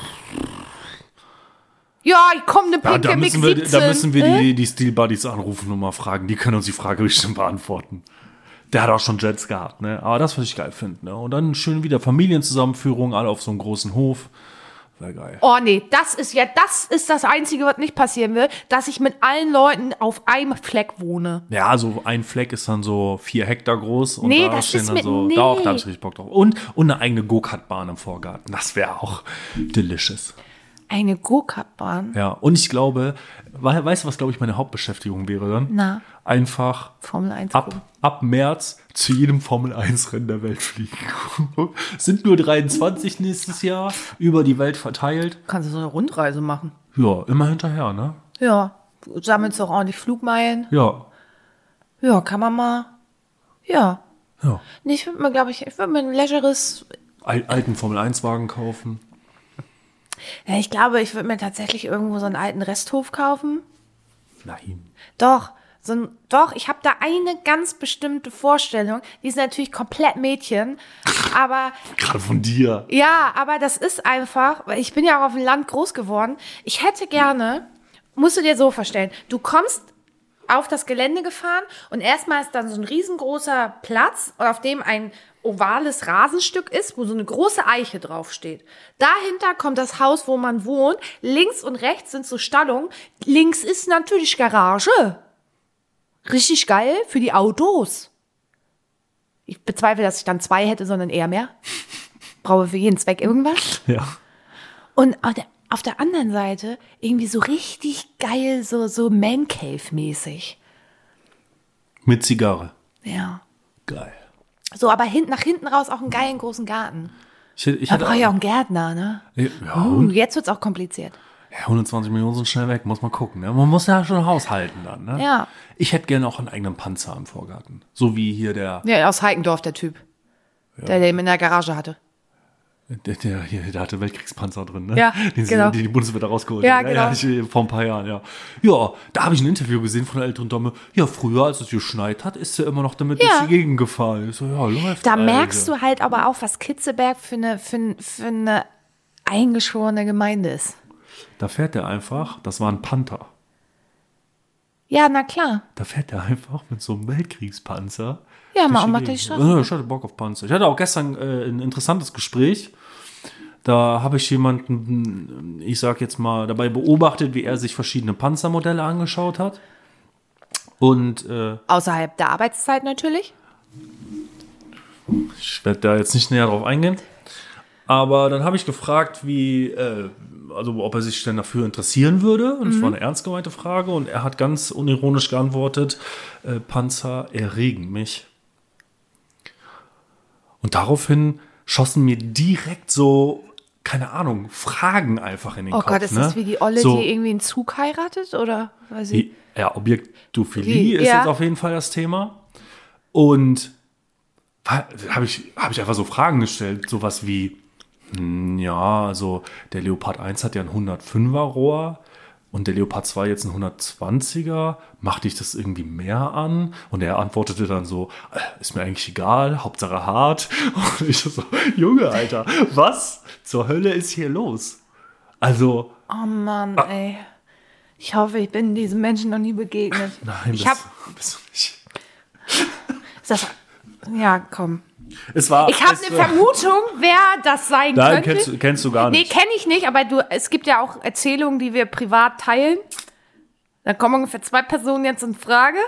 Ja, ich komme eine Ja, pinke da MiG müssen wir, siebzehn. da müssen wir Äh? die, die Steel Buddies anrufen und mal fragen. Die können uns die Frage bestimmt beantworten. Der hat auch schon Jets gehabt, ne? Aber das, was ich geil finde, ne? Und dann schön wieder Familienzusammenführung, alle auf so einem großen Hof. Wäre geil. Oh nee, das ist ja, das ist das Einzige, was nicht passieren will, dass ich mit allen Leuten auf einem Fleck wohne. Ja, so ein Fleck ist dann so vier Hektar groß. Und Nee, da das stehen ist dann mit- so, nee. da, auch, da hab ich richtig Bock drauf. Und, und eine eigene Go-Kart-Bahn im Vorgarten. Das wäre auch delicious. Eine Go-Kart-Bahn. Ja, und ich glaube, we- weißt du, was, glaube ich, meine Hauptbeschäftigung wäre dann? Na. Einfach Formel eins ab, gucken. ab März zu jedem Formel eins Rennen der Welt fliegen. Sind nur dreiundzwanzig nächstes Jahr, über die Welt verteilt. Kannst du so eine Rundreise machen? Ja, immer hinterher, ne? Ja. Du sammelst auch ordentlich Flugmeilen. Ja, Ja, kann man mal. Ja. ja. Nee, ich würde mir, glaube ich, ich würde mir ein legeres Al- alten Formel eins Wagen kaufen. Ja, ich glaube, ich würde mir tatsächlich irgendwo so einen alten Resthof kaufen. Nein. Doch, so ein, doch, ich habe da eine ganz bestimmte Vorstellung. Die ist natürlich komplett Mädchen, aber Gerade von dir. ja, aber das ist einfach, weil ich bin ja auch auf dem Land groß geworden. Ich hätte gerne, musst du dir so vorstellen, du kommst auf das Gelände gefahren und erstmal ist dann so ein riesengroßer Platz, auf dem ein ovales Rasenstück ist, wo so eine große Eiche draufsteht. Dahinter kommt das Haus, wo man wohnt. Links und rechts sind so Stallungen. Links ist natürlich Garage. Richtig geil für die Autos. Ich bezweifle, dass ich dann zwei hätte, sondern eher mehr. Brauche für jeden Zweck irgendwas. Ja. Und auf der, auf der anderen Seite irgendwie so richtig geil, so, so Man-Cave-mäßig. Mit Zigarre. Ja. Geil. So, aber hinten, nach hinten raus auch einen geilen großen Garten. Ich, hätte- ich Da hatte brauche ich auch einen Gärtner, ne? Ja, Uh, und? jetzt wird's auch kompliziert. Ja, hundertzwanzig Millionen sind schnell weg, muss man gucken. Ne? Man muss ja schon haushalten dann. Ne? Ja. Ich hätte gerne auch einen eigenen Panzer im Vorgarten. So wie hier der, Ja, aus Heikendorf, der Typ. Der den in der Garage hatte. der, der, hier, der hatte Weltkriegspanzer drin, ne? Ja, den, sie- genau. die die Bundeswehr da rausgeholt Ja, hat. genau. Ja, ich, vor ein paar Jahren, ja. Ja, da habe ich ein Interview gesehen von der älteren Dame. Ja, früher, als es geschneit hat, ist sie immer noch damit Ja. durch die Gegend gefahren. Ich so, ja, läuft. Da Alter. merkst du halt aber auch, was Kitzelberg für eine, für, ein- für eine eingeschworene Gemeinde ist. Da fährt der einfach, das war ein Panther. Ja, na klar. Da fährt er einfach mit so einem Weltkriegspanzer. Ja, durch mal die macht er die Gegend. Straße. Ja, ich hatte Bock auf Panzer. Ich hatte auch gestern äh, ein interessantes Gespräch. Da habe ich jemanden, ich sag jetzt mal, dabei beobachtet, wie er sich verschiedene Panzermodelle angeschaut hat. Und äh, Außerhalb der Arbeitszeit natürlich. ich werde da jetzt nicht näher drauf eingehen. Aber dann habe ich gefragt, wie, äh, also ob er sich denn dafür interessieren würde. Und es war eine ernst gemeinte Frage. Und er hat ganz unironisch geantwortet, äh, Panzer erregen mich. Und daraufhin schossen mir direkt so, keine Ahnung, Fragen einfach in den Oh Kopf. Gott, ist ne? das wie die Olle, so, die irgendwie einen Zug heiratet? Oder? Weiß ich. Ja, Objektophilie Wie, ist ja. jetzt auf jeden Fall das Thema. Und habe ich, hab ich einfach so Fragen gestellt, sowas wie, hm, ja, also der Leopard eins hat ja ein hundertfünfer Rohr und der Leopard zwei jetzt ein hundertzwanziger. Macht dich das irgendwie mehr an? Und er antwortete dann so, äh, ist mir eigentlich egal, Hauptsache hart. Und ich so, Junge, Alter, was zur Hölle ist hier los? Also, Oh Mann, Ah. ey. Ich hoffe, ich bin diesem Menschen noch nie begegnet. nein, ich bist, hab, bist du nicht. ist das, ja, komm. Es war, Ich habe es, eine äh, Vermutung, wer das sein Nein, könnte. kennst, du- kennst du gar Nee, nicht. kenne ich nicht, aber du, es gibt ja auch Erzählungen, die wir privat teilen. Da kommen ungefähr zwei Personen jetzt in Frage.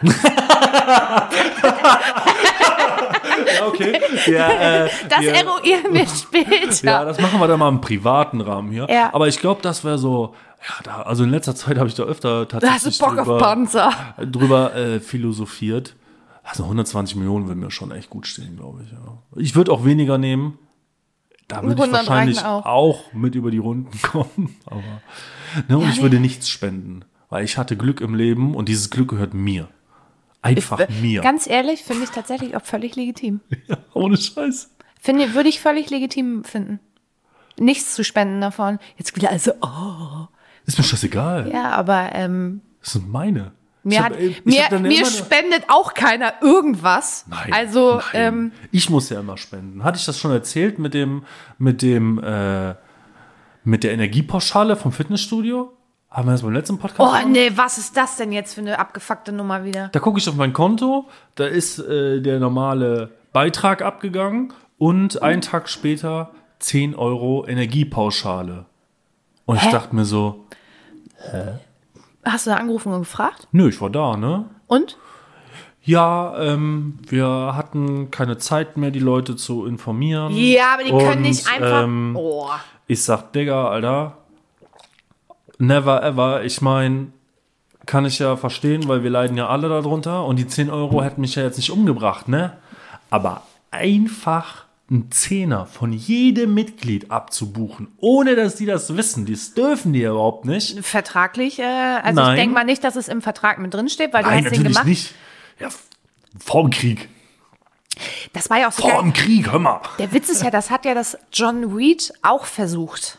Ja, okay. Ja, äh, Das wir- eruieren wir später. ja, das machen wir dann mal im privaten Rahmen hier. Ja. Aber ich glaube, das wäre so, ja, da, also in letzter Zeit habe ich da öfter da tatsächlich hast du Bock drüber, auf Panzer. drüber äh, philosophiert. Also hundertzwanzig Millionen würden mir schon echt gut stehen, glaube ich. Ja. Ich würde auch weniger nehmen. Da würde ich hundert wahrscheinlich reichen auch. auch. mit über die Runden kommen. Aber, ne, und Ja, ich nee. würde nichts spenden, weil ich hatte Glück im Leben und dieses Glück gehört mir. Einfach mir. Ganz ehrlich, finde ich tatsächlich auch völlig legitim. Ja, ohne Scheiß. Finde, würde ich völlig legitim finden. Nichts zu spenden davon. Jetzt wieder also, oh. Ist mir scheißegal. Ja, aber ähm, Das sind meine. mir, Ich hat, hab, äh, ich mir, hab dann mir immer- spendet auch keiner irgendwas. Nein, Also, nein. ähm, ich muss ja immer spenden. Hatte ich das schon erzählt mit dem, mit dem, äh, mit der Energiepauschale vom Fitnessstudio? Haben wir das beim letzten Podcast oh gemacht? nee, was ist das denn jetzt für eine abgefuckte Nummer wieder? Da gucke ich auf mein Konto, da ist äh, der normale Beitrag abgegangen und einen Tag später zehn Euro Energiepauschale. Und ich Hä? dachte mir so, Hast du da angerufen und gefragt? nö, ich war da, ne? Und? Ja, ähm, wir hatten keine Zeit mehr, die Leute zu informieren. Ja, aber die können Und, nicht einfach. ähm, oh. Ich sag, Digga, Alter, never ever. Ich meine, kann ich ja verstehen, weil wir leiden ja alle darunter. Und die zehn Euro hätten mich ja jetzt nicht umgebracht, ne? Aber einfach einen Zehner von jedem Mitglied abzubuchen, ohne dass die das wissen, das dürfen die ja überhaupt nicht. Vertraglich, äh, also Nein. ich denke mal nicht, dass es im Vertrag mit drin steht, weil du Nein, hast den natürlich gemacht. nicht. Ja, vorm Krieg. Das war ja auch so Vor geil. dem Krieg, hör mal. Der Witz ist ja, das hat ja das John Reed auch versucht.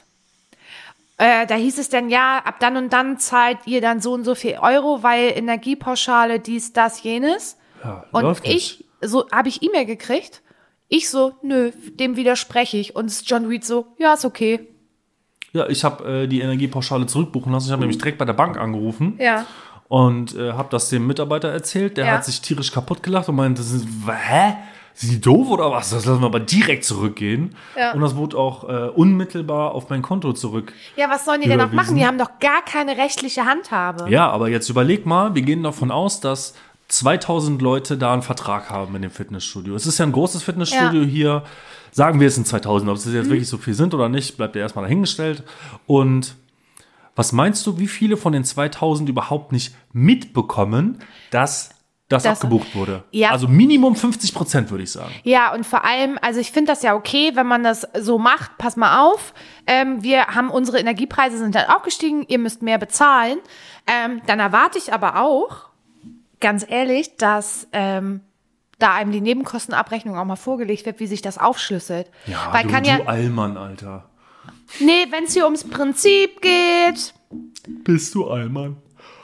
Äh, da hieß es dann, ja, ab dann und dann zahlt ihr dann so und so viel Euro, weil Energiepauschale, dies, das, jenes. Ja, und läuft nicht. ich, so habe ich E-Mail gekriegt. Ich so, nö, dem widerspreche ich. Und John Reed so, ja, ist okay. Ja, ich habe äh, die Energiepauschale zurückbuchen lassen. Ich habe nämlich direkt bei der Bank angerufen. Ja. Und äh, habe das dem Mitarbeiter erzählt. Der Ja. hat sich tierisch kaputt gelacht und meinte, das ist, hä? Sind die doof oder was? Das lassen wir aber direkt zurückgehen. Ja. Und das wurde auch äh, unmittelbar auf mein Konto zurück. Ja, was sollen die denn noch Überwiesen. machen? Die haben doch gar keine rechtliche Handhabe. Ja, aber jetzt überleg mal, wir gehen davon aus, dass zweitausend Leute da einen Vertrag haben in dem Fitnessstudio. Es ist ja ein großes Fitnessstudio Ja. hier. Sagen wir, es sind zweitausend. Ob es jetzt wirklich so viel sind oder nicht, bleibt ja erstmal dahingestellt. Und was meinst du, wie viele von den zweitausend überhaupt nicht mitbekommen, dass das, Das- abgebucht wurde? Ja. Also Minimum fünfzig Prozent, würde ich sagen. Ja, und vor allem, also ich finde das ja okay, wenn man das so macht. Pass mal auf, ähm, wir haben unsere Energiepreise sind dann auch gestiegen, ihr müsst mehr bezahlen. Ähm, dann erwarte ich aber auch, ganz ehrlich, dass ähm, da einem die Nebenkostenabrechnung auch mal vorgelegt wird, wie sich das aufschlüsselt. Ja, Weil du, kann du ja, Allmann, Alter. nee, wenn es hier ums Prinzip geht, Bist du Allmann?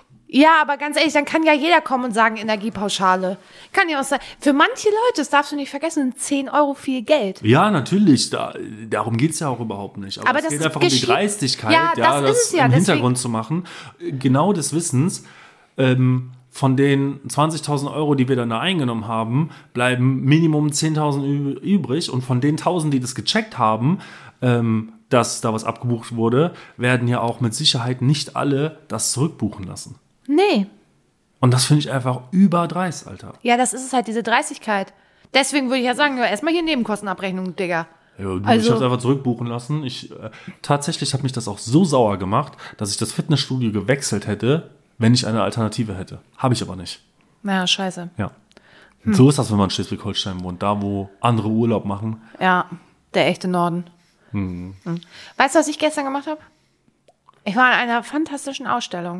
ja, aber ganz ehrlich, dann kann ja jeder kommen und sagen, Energiepauschale. Kann ja auch sein. Für manche Leute, das darfst du nicht vergessen, sind zehn Euro viel Geld. Ja, natürlich. Da, darum geht es ja auch überhaupt nicht. Aber, Aber es das geht einfach um die geschieht- Dreistigkeit, Ja, ja, das ist das es ja, im deswegen- Hintergrund zu machen. Genau des Wissens, ähm, von den zwanzigtausend Euro, die wir dann da eingenommen haben, bleiben Minimum zehntausend ü- übrig. Und von den tausend, die das gecheckt haben, ähm, dass da was abgebucht wurde, werden ja auch mit Sicherheit nicht alle das zurückbuchen lassen. Nee. Und das finde ich einfach überdreist, Alter. Ja, das ist es halt, diese Dreistigkeit. Deswegen würde ich ja sagen, ja, erstmal hier Nebenkostenabrechnung, Digga. Ja, du, ich Also- habe es einfach zurückbuchen lassen. Ich, äh, tatsächlich hat mich das auch so sauer gemacht, dass ich das Fitnessstudio gewechselt hätte, wenn ich eine Alternative hätte. Habe ich aber nicht. Ja, scheiße. Ja. Und so ist das, wenn man in Schleswig-Holstein wohnt, da wo andere Urlaub machen. Ja, der echte Norden. Hm. Hm. Weißt du, was ich gestern gemacht habe? Ich war in einer fantastischen Ausstellung.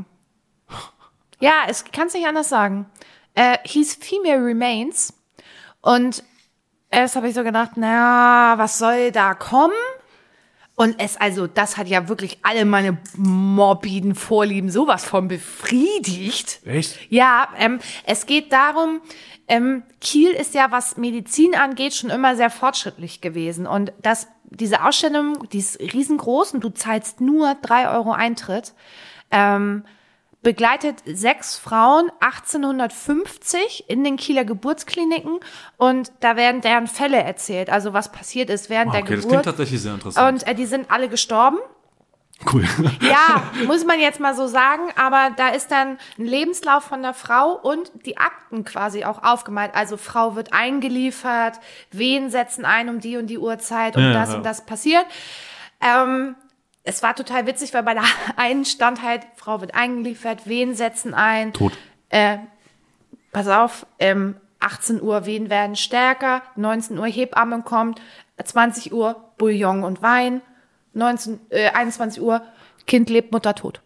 Ja, es kann's nicht anders sagen. Äh, hieß Female Remains. Und erst habe ich so gedacht, na, was soll da kommen? Und es, also, das hat ja wirklich alle meine morbiden Vorlieben sowas von befriedigt. Echt? Ja, ähm, es geht darum, ähm, Kiel ist ja, was Medizin angeht, schon immer sehr fortschrittlich gewesen. Und das, diese Ausstellung, die ist riesengroß und du zahlst nur drei Euro Eintritt. Ähm, begleitet sechs Frauen achtzehnhundertfünfzig in den Kieler Geburtskliniken und da werden deren Fälle erzählt, also was passiert ist während Okay, der das klingt Geburt. tatsächlich sehr interessant. Und äh, die sind alle gestorben. Cool. Ja, muss man jetzt mal so sagen, aber da ist dann ein Lebenslauf von der Frau und die Akten quasi auch aufgemalt. Also Frau wird eingeliefert, Wehen setzen ein um die und die Uhrzeit und Ja, das ja. und das passiert. Ähm, es war total witzig, weil bei der einen stand halt, Frau wird eingeliefert, Wehen setzen ein. Tot. Äh, pass auf, ähm, achtzehn Uhr Wehen werden stärker, neunzehn Uhr Hebamme kommt, zwanzig Uhr Bouillon und Wein, neunzehn, äh, einundzwanzig Uhr Kind lebt, Mutter tot.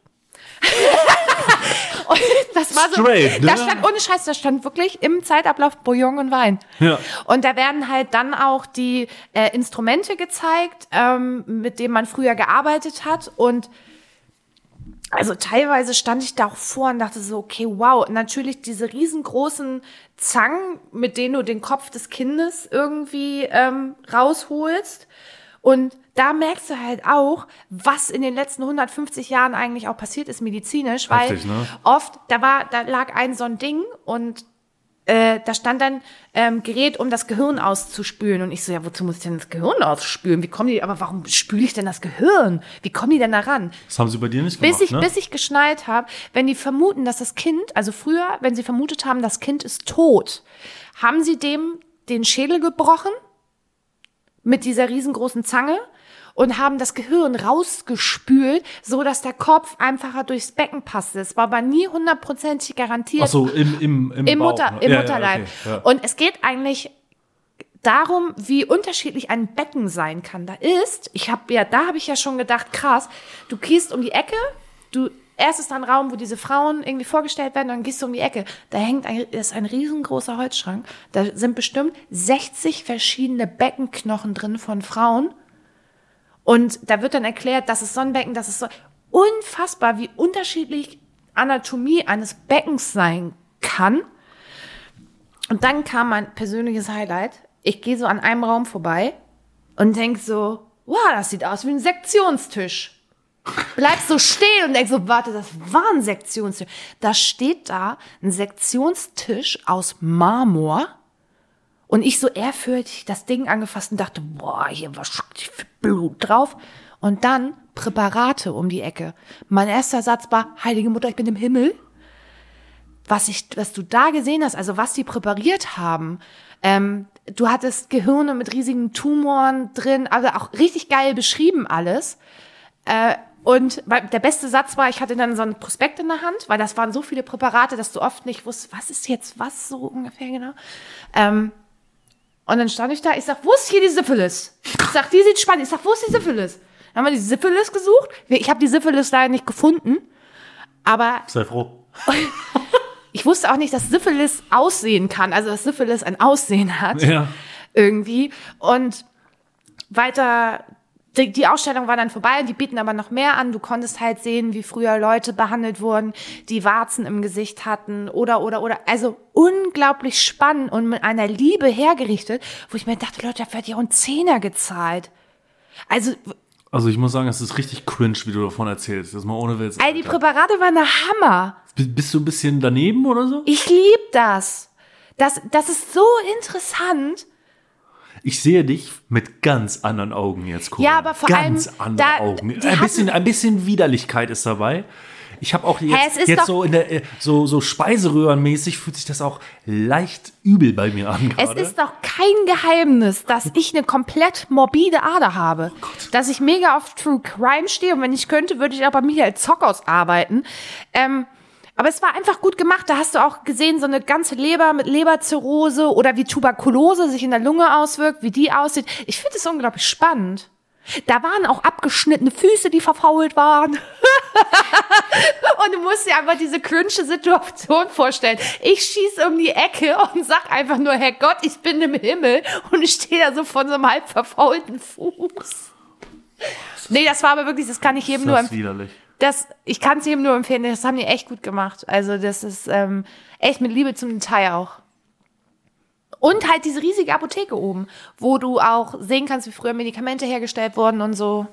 Und das war so, Straight, ne? da stand ohne Scheiß, da stand wirklich im Zeitablauf Bouillon und Wein. Ja. Und da werden halt dann auch die äh, Instrumente gezeigt, ähm, mit denen man früher gearbeitet hat und also teilweise stand ich da auch vor und dachte so, okay, wow, natürlich diese riesengroßen Zangen, mit denen du den Kopf des Kindes irgendwie ähm, rausholst. Und da merkst du halt auch, was in den letzten hundertfünfzig Jahren eigentlich auch passiert ist medizinisch, weil Heftig, ne? oft, da war, da lag ein so ein Ding und äh, da stand dann ähm, Gerät, um das Gehirn auszuspülen. Und ich so, ja, wozu muss ich denn das Gehirn ausspülen? Wie kommen die, aber warum spüle ich denn das Gehirn? Wie kommen die denn da ran? Das haben sie bei dir nicht gemacht, Bis ich, ne? bis ich geschnallt habe, wenn die vermuten, dass das Kind, also früher, wenn sie vermutet haben, das Kind ist tot, haben sie dem den Schädel gebrochen mit dieser riesengroßen Zange und haben das Gehirn rausgespült, so dass der Kopf einfacher durchs Becken passte. Es war aber nie hundertprozentig garantiert Ach so, im, im, im, im, Bauch, Mutter, ne? im Ja, ja, Mutterleib. okay, ja. Und es geht eigentlich darum, wie unterschiedlich ein Becken sein kann. Da ist, ich habe ja, da habe ich ja schon gedacht, krass, du gehst um die Ecke, du erst ist da ein Raum, wo diese Frauen irgendwie vorgestellt werden, und dann gehst du um die Ecke. Da hängt ein, ist ein riesengroßer Holzschrank. Da sind bestimmt sechzig verschiedene Beckenknochen drin von Frauen. Und da wird dann erklärt, das ist so ein Becken, das ist so unfassbar, wie unterschiedlich Anatomie eines Beckens sein kann. Und dann kam mein persönliches Highlight. Ich gehe so an einem Raum vorbei und denk so, wow, das sieht aus wie ein Sektionstisch. Bleibst so stehen und denkst so, warte, das war ein Sektionstisch. Da steht da ein Sektionstisch aus Marmor. Und ich so ehrfürchtig das Ding angefasst und dachte, boah, hier war viel Blut drauf. Und dann Präparate um die Ecke. Mein erster Satz war, heilige Mutter, ich bin im Himmel. Was, ich, was du da gesehen hast, also was die präpariert haben. Ähm, du hattest Gehirne mit riesigen Tumoren drin, also auch richtig geil beschrieben alles. Äh, und der beste Satz war, ich hatte dann so ein Prospekt in der Hand, weil das waren so viele Präparate, dass du oft nicht wusstest, was ist jetzt was so ungefähr genau. Ähm, Und dann stand ich da, ich sag, wo ist hier die Syphilis? Ich sag, die sieht spannend. Ich sag, wo ist die Syphilis? Dann haben wir die Syphilis gesucht. Ich habe die Syphilis leider nicht gefunden. Aber sei froh. Ich wusste auch nicht, dass Syphilis aussehen kann. Also, dass Syphilis ein Aussehen hat. Ja. Irgendwie. Und weiter, die, die Ausstellung war dann vorbei und die bieten aber noch mehr an. Du konntest halt sehen, wie früher Leute behandelt wurden, die Warzen im Gesicht hatten oder, oder, oder. Also unglaublich spannend und mit einer Liebe hergerichtet, wo ich mir dachte, Leute, da wird ja auch ein Zehner gezahlt. Also, Also ich muss sagen, es ist richtig cringe, wie du davon erzählst. Das mal ohne Witz. Alter, die Präparate waren der Hammer. Bist du ein bisschen daneben oder so? Ich lieb das. Das, das ist so interessant. Ich sehe dich mit ganz anderen Augen jetzt, Corinna. Ja, aber vor ganz allem, andere da, Augen. die Ein bisschen, hatten- ein bisschen Widerlichkeit ist dabei. Ich habe auch jetzt, Hä, es ist jetzt doch- so in der äh, so so Speiseröhrenmäßig fühlt sich das auch leicht übel bei mir an Es gerade. ist doch kein Geheimnis, dass ich eine komplett morbide Ader habe. Dass ich mega auf True Crime stehe und wenn ich könnte, würde ich auch bei Michael Zockhaus arbeiten. Ähm, aber es war einfach gut gemacht. Da hast du auch gesehen, so eine ganze Leber mit Leberzirrhose oder wie Tuberkulose sich in der Lunge auswirkt, wie die aussieht. Ich finde es unglaublich spannend. Da waren auch abgeschnittene Füße, die verfault waren. Und du musst dir einfach diese cringe Situation vorstellen. Ich schieße um die Ecke und sag einfach nur, Herrgott, ich bin im Himmel. Und ich stehe da so von so einem halb verfaulten Fuß. Nee, das war aber wirklich, das kann ich jedem nur Das ist empfehlen. widerlich. Das, ich kann es jedem nur empfehlen, das haben die echt gut gemacht. Also das ist ähm, echt mit Liebe zum Detail auch. Und halt diese riesige Apotheke oben, wo du auch sehen kannst, wie früher Medikamente hergestellt wurden und so.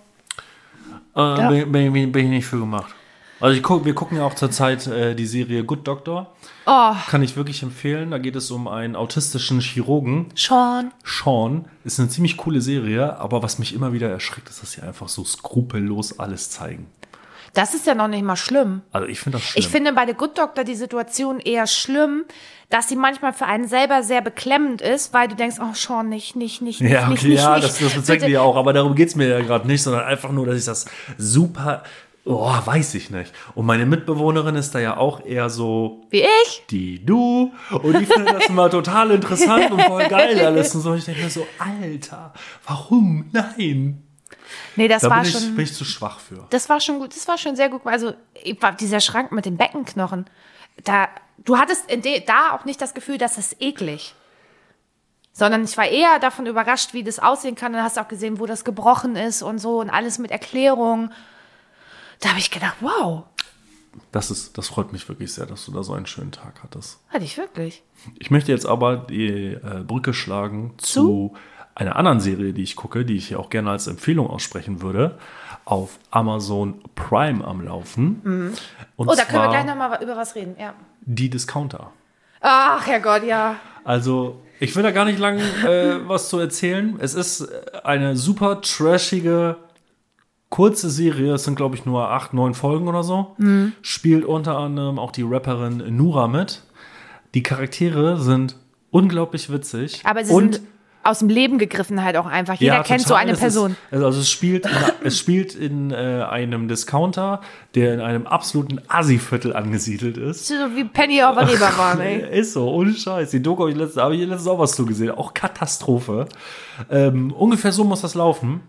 Äh, Ja. bin, bin, bin, bin ich nicht für gemacht. Also ich guck, wir gucken ja auch zurzeit äh, die Serie Good Doctor. Oh, Kann ich wirklich empfehlen. Da geht es um einen autistischen Chirurgen. Sean. Sean ist eine ziemlich coole Serie, aber was mich immer wieder erschreckt, ist, dass sie einfach so skrupellos alles zeigen. Das ist ja noch nicht mal schlimm. Also ich finde das schlimm. Ich finde bei The Good Doctor die Situation eher schlimm, dass sie manchmal für einen selber sehr beklemmend ist, weil du denkst, oh Sean, nicht, nicht, nicht, ja, nicht, okay, nicht, ja, nicht. das, das bezwecken die ja auch, aber darum geht es mir ja gerade nicht, sondern einfach nur, dass ich das super, oh, weiß ich nicht. Und meine Mitbewohnerin ist da ja auch eher so, Wie ich? die du, und die findet das immer total interessant und voll geil alles und so. Ich denke mir so, Alter, warum? Nein. Nee, das Da war bin ich, schon. bin ich zu schwach für. Das war schon gut, das war schon sehr gut. Also ich war- dieser Schrank mit den Beckenknochen, da, du hattest in de, da auch nicht das Gefühl, das ist eklig. Sondern ich war eher davon überrascht, wie das aussehen kann. Dann hast du auch gesehen, wo das gebrochen ist und so und alles mit Erklärung. Da habe ich gedacht, wow, Das ist, das freut mich wirklich sehr, dass du da so einen schönen Tag hattest. hatte ich wirklich. Ich möchte jetzt aber die äh, Brücke schlagen zu einer anderen Serie, die ich gucke, die ich hier auch gerne als Empfehlung aussprechen würde, auf Amazon Prime am Laufen. Und Oh, da können wir zwar gleich nochmal über was reden, ja. Die Discounter. Ach, Herrgott, ja. Also, ich will da gar nicht lang äh, was zu erzählen. Es ist eine super trashige, kurze Serie. Es sind, glaube ich, nur acht, neun Folgen oder so. Mhm. Spielt unter anderem auch die Rapperin Nura mit. Die Charaktere sind unglaublich witzig. Aber sie und sind aus dem Leben gegriffen halt auch einfach. Jeder ja, kennt so total. eine Es Person. Ist, also es spielt in, es spielt in äh, einem Discounter, der in einem absoluten Assi-Viertel angesiedelt ist. So wie Penny auf der Reeperbahn, ey. Ist so, ohne Scheiß. Die Doku habe ich letztens, habe ich letztens auch was zu gesehen. Auch Katastrophe. Ähm, ungefähr so muss das laufen.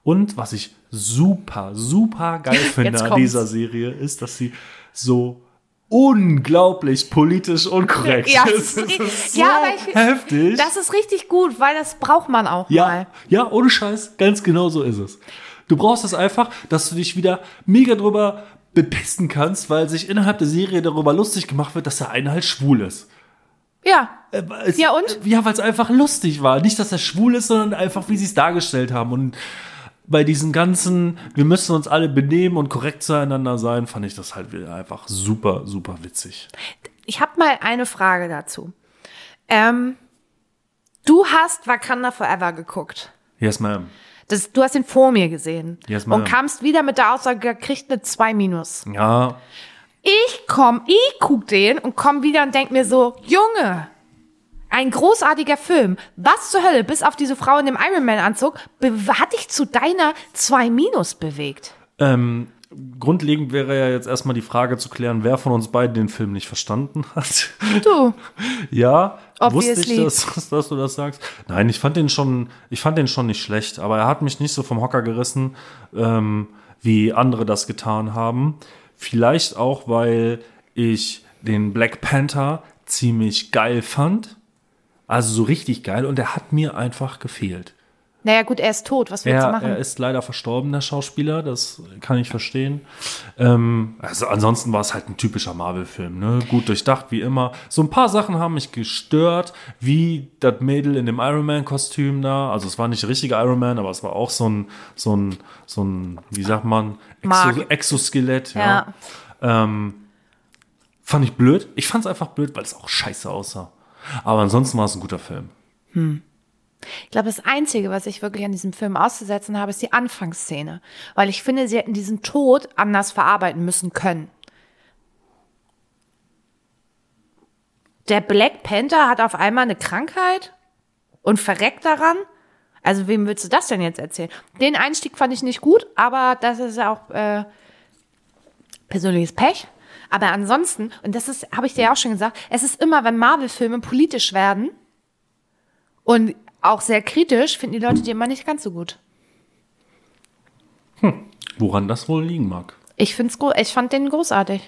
Und was ich super, super geil finde Jetzt an kommt's. dieser Serie, ist, dass sie so unglaublich politisch unkorrekt Ja, ist. das ist Das ri- ist so ja, aber ich- heftig. Das ist richtig gut, weil das braucht man auch Ja, mal. ja, ohne Scheiß, ganz genau so ist es. Du brauchst es einfach, dass du dich wieder mega drüber bepissen kannst, weil sich innerhalb der Serie darüber lustig gemacht wird, dass der eine halt schwul ist. Ja, Äh, Es, Ja, und? Ja, weil es einfach lustig war. Nicht, dass er schwul ist, sondern einfach, wie sie es dargestellt haben. Und bei diesen ganzen, wir müssen uns alle benehmen und korrekt zueinander sein, fand ich das halt wieder einfach super, super witzig. ich habe mal eine Frage dazu. Ähm, du hast Wakanda Forever geguckt. Yes, ma'am. Das, du hast ihn vor mir gesehen. Yes, ma'am. und kamst wieder mit der Aussage, er kriegt eine zwei minus. Ja, Ich komm, ich guck den und komm wieder und denk mir so, Junge, ein großartiger Film. Was zur Hölle, bis auf diese Frau in dem Iron Man Anzug, be- hat dich zu deiner zwei minus bewegt? ähm, grundlegend wäre ja jetzt erstmal die Frage zu klären, wer von uns beiden den Film nicht verstanden hat. Du. Ja, wusste Obviously. ich, dass, dass du das sagst. Nein, ich fand den schon, ich fand den schon nicht schlecht, aber er hat mich nicht so vom Hocker gerissen, ähm, wie andere das getan haben. Vielleicht auch, weil ich den Black Panther ziemlich geil fand. Also so richtig geil. Und er hat mir einfach gefehlt. Naja gut, er ist tot, was willst du Er, machen? er ist leider verstorben, der Schauspieler. Das kann ich verstehen. Ähm, also ansonsten war es halt ein typischer Marvel-Film. Ne? Gut durchdacht, wie immer. So ein paar Sachen haben mich gestört, wie das Mädel in dem Iron Man-Kostüm da. Also es war nicht der richtige Iron Man, aber es war auch so ein, so ein, so ein wie sagt man, Exo Mark. Exoskelett. Ja. Ja. Ähm, fand ich blöd. Ich fand es einfach blöd, weil es auch scheiße aussah. Aber ansonsten war es ein guter Film. Ich glaube, das Einzige, was ich wirklich an diesem Film auszusetzen habe, ist die Anfangsszene. Weil ich finde, sie hätten diesen Tod anders verarbeiten müssen können. Der Black Panther hat auf einmal eine Krankheit und verreckt daran. Also wem willst du das denn jetzt erzählen? Den Einstieg fand ich nicht gut, aber das ist ja auch äh, persönliches Pech. Aber ansonsten, und das ist, habe ich dir ja auch schon gesagt, es ist immer, wenn Marvel-Filme politisch werden und auch sehr kritisch, finden die Leute die immer nicht ganz so gut. Woran das wohl liegen mag. Ich find's gro- ich fand den großartig.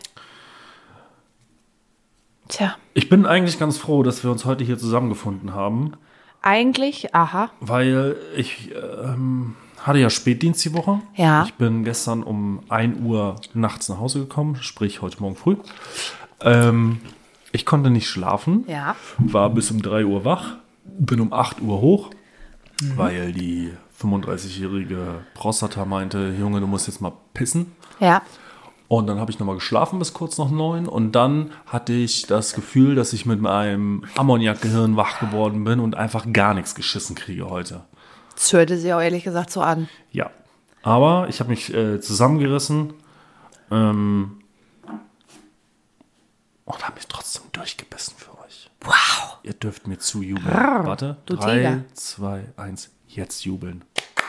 Tja, Ich bin eigentlich ganz froh, dass wir uns heute hier zusammengefunden haben, eigentlich, aha. weil ich ähm, hatte ja Spätdienst die Woche. Ja. Ich bin gestern um ein Uhr nachts nach Hause gekommen, sprich heute Morgen früh. Ähm, ich konnte nicht schlafen, Ja. war bis um drei Uhr wach, bin um acht Uhr hoch, weil die fünfunddreißigjährige Prostata meinte, Junge, du musst jetzt mal pissen. Ja. Und dann habe ich nochmal geschlafen bis kurz nach neun. Und dann hatte ich das Gefühl, dass ich mit meinem Ammoniakgehirn wach geworden bin und einfach gar nichts geschissen kriege heute. Das hörte sie auch ehrlich gesagt so an. Ja. Aber ich habe mich äh, zusammengerissen ähm, und habe mich trotzdem durchgebissen für euch. Wow. Ihr dürft mir zujubeln. Warte. du Drei, Tiger. zwei, eins. Jetzt jubeln.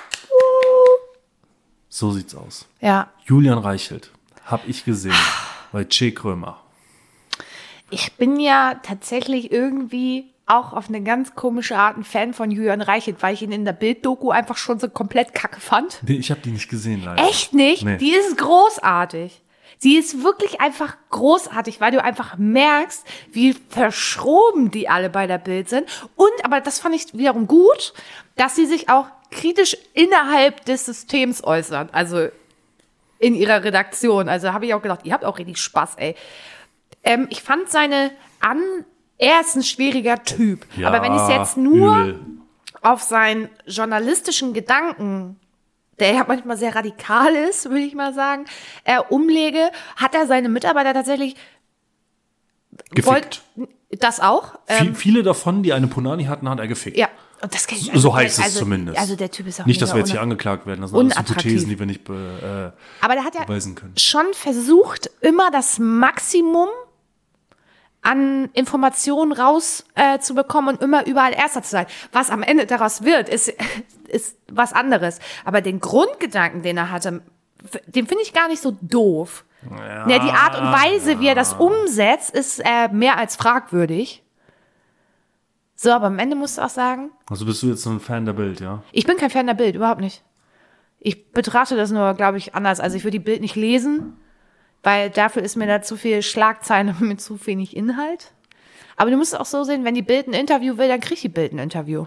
So sieht's aus. Ja. Julian Reichelt. Hab ich gesehen. Bei Che Krömer. Ich bin ja tatsächlich irgendwie auch auf eine ganz komische Art ein Fan von Julian Reichelt, weil ich ihn in der Bild-Doku einfach schon so komplett kacke fand. Nee, ich habe die nicht gesehen, leider. Echt nicht? Nee. Die ist großartig. Sie ist wirklich einfach großartig, weil du einfach merkst, wie verschroben die alle bei der Bild sind. Und, aber das fand ich wiederum gut, dass sie sich auch kritisch innerhalb des Systems äußern. Also in ihrer Redaktion. Also habe ich auch gedacht, ihr habt auch richtig Spaß, ey. Ähm, ich fand seine An... Er ist ein schwieriger Typ. Ja, aber wenn ich es jetzt nur übel. auf seinen journalistischen Gedanken, der ja manchmal sehr radikal ist, würde ich mal sagen, äh, umlege, hat er seine Mitarbeiter tatsächlich Gefickt. wollt- das auch. Vi- Ähm, Viele davon, die eine Punani hatten, hat er gefickt. ja. Und das kann ich, So heißt es also, zumindest. Also der Typ ist auch Nicht, dass mega wir jetzt hier unatt- angeklagt werden. Das sind alles unattraktiv. Hypothesen, die wir nicht be, äh, Aber der hat ja beweisen können. schon versucht, immer das Maximum an Informationen raus äh, zu bekommen und immer überall Erster zu sein. Was am Ende daraus wird, ist, ist was anderes. Aber den Grundgedanken, den er hatte, den finde ich gar nicht so doof. Ja, die Art und Weise, wie er das umsetzt, ist äh, mehr als fragwürdig. So, aber am Ende musst du auch sagen, Also bist du jetzt so ein Fan der Bild, ja? ich bin kein Fan der Bild, überhaupt nicht. Ich betrachte das nur, glaube ich, anders. Also ich würde die Bild nicht lesen, weil dafür ist mir da zu viel Schlagzeile mit zu wenig Inhalt. Aber du musst es auch so sehen, wenn die Bild ein Interview will, dann kriegt die Bild ein Interview.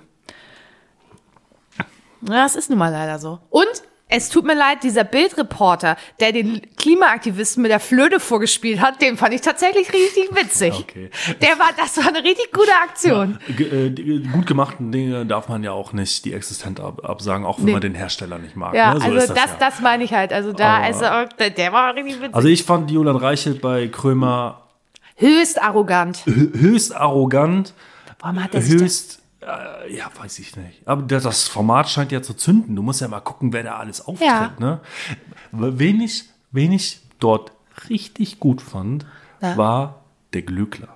Ja, das ist nun mal leider so. Und es tut mir leid, dieser Bildreporter, der den Klimaaktivisten mit der Flöte vorgespielt hat, den fand ich tatsächlich richtig witzig. Okay. Der war, das war eine richtig gute Aktion. Ja, g- äh, die gut gemachten Dinge darf man ja auch nicht die Existenz ab absagen, auch wenn Nee. man den Hersteller nicht mag. Ja, ne? So also ist das, das, das, ja. das meine ich halt. Also da, also, der, der war richtig witzig. Also ich fand Julian Reichelt bei Krömer Höchst arrogant. hö- höchst arrogant, Warum hat er sich höchst, äh, ja, weiß ich nicht. Aber das- das Format scheint ja zu zünden. Du musst ja mal gucken, wer da alles auftritt. Ja. Ne? Wen ich, wen ich dort richtig gut fand, Ja. war der Glöckler.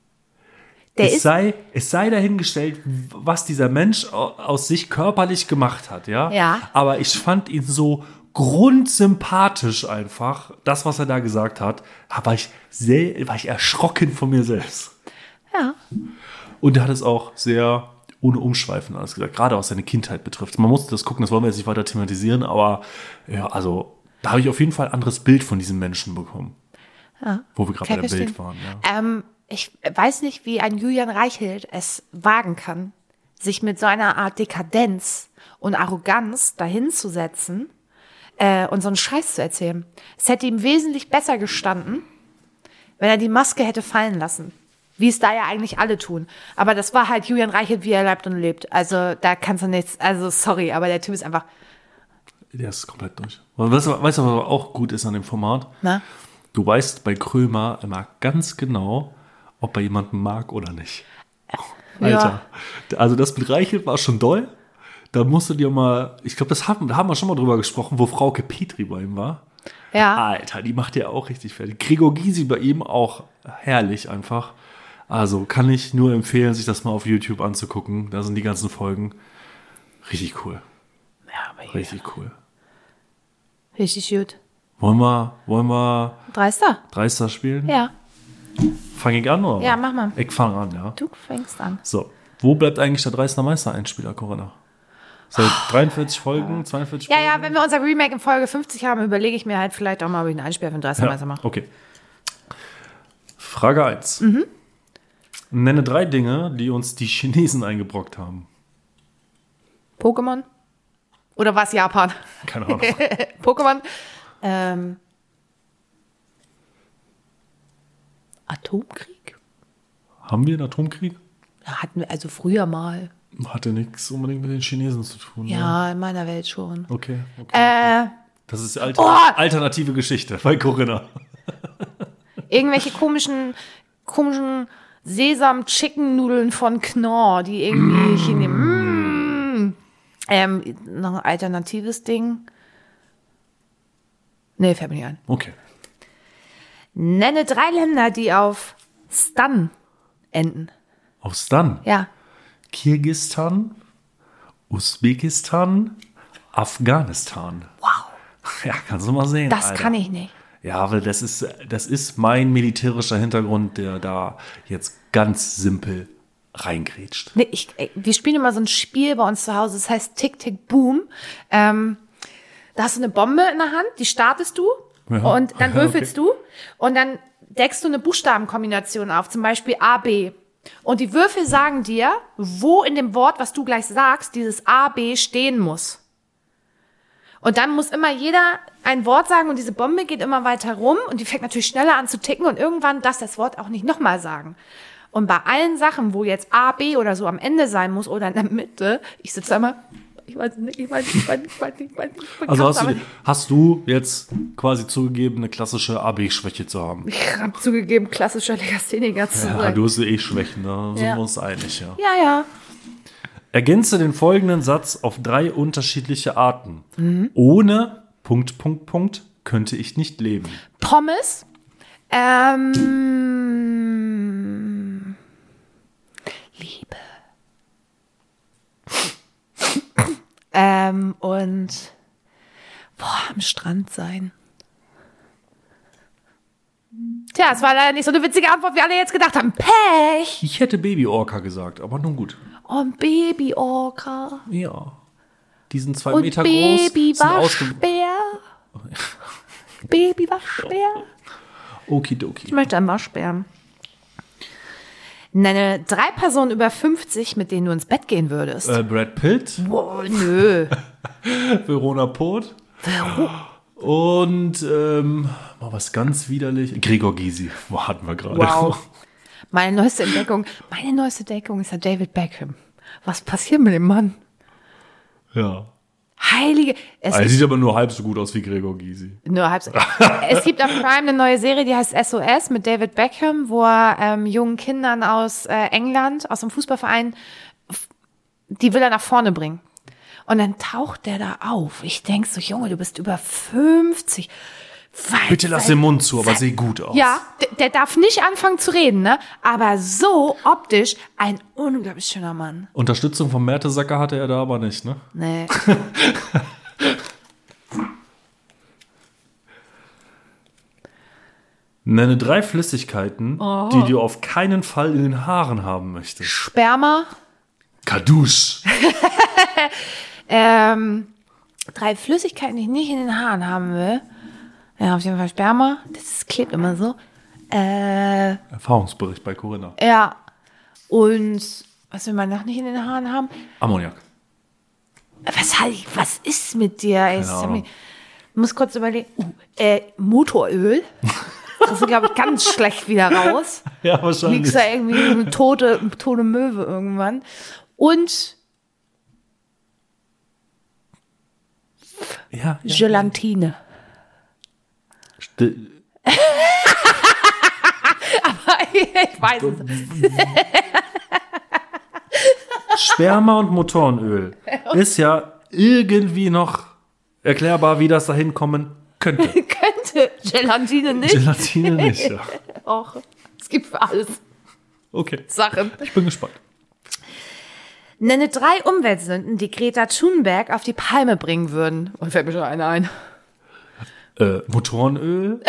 Der es, ist, sei, es sei dahingestellt, was dieser Mensch au- aus sich körperlich gemacht hat, ja. Ja. Aber ich fand ihn so grundsympathisch einfach. Das, was er da gesagt hat, da war ich sehr, war ich erschrocken von mir selbst. ja. Und er hat es auch sehr ohne Umschweifen alles gesagt, gerade was seine Kindheit betrifft. Man musste das gucken, das wollen wir jetzt nicht weiter thematisieren, aber ja, also da habe ich auf jeden Fall ein anderes Bild von diesem Menschen bekommen. Ja. Wo wir gerade Kann bei ich der Bild verstehen. waren. Ja. Ähm, ich weiß nicht, wie ein Julian Reichelt es wagen kann, sich mit so einer Art Dekadenz und Arroganz dahinzusetzen äh, und so einen Scheiß zu erzählen. Es hätte ihm wesentlich besser gestanden, wenn er die Maske hätte fallen lassen. Wie es da ja eigentlich alle tun. Aber das war halt Julian Reichelt, wie er lebt und lebt. Also da kannst du nichts, also sorry, aber der Typ ist einfach, Der ist komplett durch. Weißt du, weißt du, was aber auch gut ist an dem Format? na? Du weißt bei Krömer immer ganz genau, ob er jemanden mag oder nicht. Alter. Also das mit Reichelt war schon doll. Da musst du dir mal, ich glaube, das haben, da haben wir schon mal drüber gesprochen, wo Frauke Petri bei ihm war. Ja. Alter, die macht ja auch richtig fertig. Gregor Gysi bei ihm auch herrlich einfach. Also kann ich nur empfehlen, sich das mal auf YouTube anzugucken. Da sind die ganzen Folgen. Richtig cool. Ja, aber hier. Richtig cool. Richtig gut. Wollen wir, wollen wir Dreister? Dreister spielen? Ja. Fange ich an, oder? Ja, mach mal. Ich fange an, ja. Du fängst an. So, wo bleibt eigentlich der Dreister Meister-Einspieler, Corinna? Seit dreiundvierzig Folgen, zweiundvierzig Ja, Folgen? ja, wenn wir unser Remake in Folge fünfzig haben, überlege ich mir halt vielleicht auch mal, ob ich einen Einspieler für den dreißiger Meister mache. Okay. Frage eins. Mhm. Nenne drei Dinge, die uns die Chinesen eingebrockt haben. Pokémon? Oder was Japan? Keine Ahnung. Pokémon? Ähm, Atomkrieg? Haben wir einen Atomkrieg? Ja, hatten wir also früher mal. Hatte nichts unbedingt mit den Chinesen zu tun. Ne? Ja, in meiner Welt schon. Okay, okay. Äh, Das ist alter, Oh! alternative Geschichte bei Corinna. irgendwelche komischen, komischen Sesam-Chicken-Nudeln von Knorr, die irgendwie Chine- mm. ähm, noch ein alternatives Ding. Nee, fällt mir nicht ein. Okay. Nenne drei Länder, die auf Stan enden. Auf Stan. Ja. Kirgisistan, Usbekistan, Afghanistan. Wow. Ja, kannst du mal sehen. Das Alter. kann ich nicht. Ja, weil das ist, das ist mein militärischer Hintergrund, der da jetzt ganz simpel reingrätscht. Nee, ich, ey, wir spielen immer so ein Spiel bei uns zu Hause, das heißt Tick, Tick, Boom. Ähm, da hast du eine Bombe in der Hand, die startest du Ja. und dann Ja, würfelst okay. du und dann deckst du eine Buchstabenkombination auf, zum Beispiel A, B. Und die Würfel sagen dir, wo in dem Wort, was du gleich sagst, dieses A, B stehen muss. Und dann muss immer jeder ein Wort sagen und diese Bombe geht immer weiter rum und die fängt natürlich schneller an zu ticken und irgendwann darfst du das Wort auch nicht nochmal sagen. Und bei allen Sachen, wo jetzt A, B oder so am Ende sein muss oder in der Mitte, ich sitze da immer, ich weiß nicht, ich weiß nicht, ich weiß nicht, ich weiß nicht, ich weiß nicht. Ich Also hast aber du, hast du jetzt quasi zugegeben, eine klassische A B-Schwäche zu haben? ich habe zugegeben, klassischer Legastheniker zu Ja, sein. du hast eh Schwächen, da sind Ja. wir uns einig, ja. Ja, ja. Ergänze den folgenden Satz auf drei unterschiedliche Arten. Mhm. Ohne Punkt, Punkt, Punkt könnte ich nicht leben. Pommes. Ähm, Liebe. ähm, und boah, am Strand sein. Tja, es war leider nicht so eine witzige Antwort, wie alle jetzt gedacht haben. Pech! Ich hätte Baby-Orca gesagt, aber nun gut. Oh, ein Baby-Orca. Ja. Die sind zwei Und Meter Baby groß. Sind ausge- Waschbär. Baby Waschbär. Okidoki. Ich möchte einen Waschbären. Nenne drei Personen über fünfzig, mit denen du ins Bett gehen würdest. Äh, Brad Pitt, Boah, nö. Verona Poth und ähm, mal was ganz widerlich. Gregor Gysi, wo hatten wir gerade. Wow. Meine neueste Entdeckung, meine neueste Entdeckung ist ja David Beckham. Was passiert mit dem Mann? Ja. Heilige. Es Er gibt sieht aber nur halb so gut aus wie Gregor Gysi. nur halb so. Es gibt auf Prime eine neue Serie, die heißt S O S mit David Beckham, wo er ähm, jungen Kindern aus äh, England, aus dem Fußballverein, f- die will er nach vorne bringen. Und dann taucht der da auf. Ich denk so, Junge, du bist über fünfzig. Was, Bitte lass den Mund zu, aber seh gut aus. Ja, d- der darf nicht anfangen zu reden, ne? Aber so optisch ein unglaublich schöner Mann. Unterstützung von Mertesacker hatte er da aber nicht, ne? Nee. Nenne drei Flüssigkeiten, Oh. die du auf keinen Fall in den Haaren haben möchtest. Sperma. Kadusch. Ähm, drei Flüssigkeiten, die ich nicht in den Haaren haben will. Ja, auf jeden Fall Sperma. Das ist, klebt immer so. Äh, Erfahrungsbericht bei Corinna. ja. Und was will man noch nicht in den Haaren haben? Ammoniak. Was, halt- was ist mit dir? Ey, das Keine hab Ahnung. ich, ich muss kurz überlegen. Uh, äh, Motoröl. Das ist, glaube ich, ganz schlecht wieder raus. Ja, wahrscheinlich. Liegst da irgendwie wie eine tote, tote Möwe irgendwann. Und Ja, ja. Gelatine. Still. Ich weiß es. Sperma und Motorenöl ist ja irgendwie noch erklärbar, wie das da hinkommen könnte. Könnte. Gelatine nicht. Gelatine nicht, ja. Och, es gibt für alles Okay, Sachen. ich bin gespannt. Nenne drei Umweltsünden, die Greta Thunberg auf die Palme bringen würden. Und fällt mir schon eine ein. Äh, Motorenöl.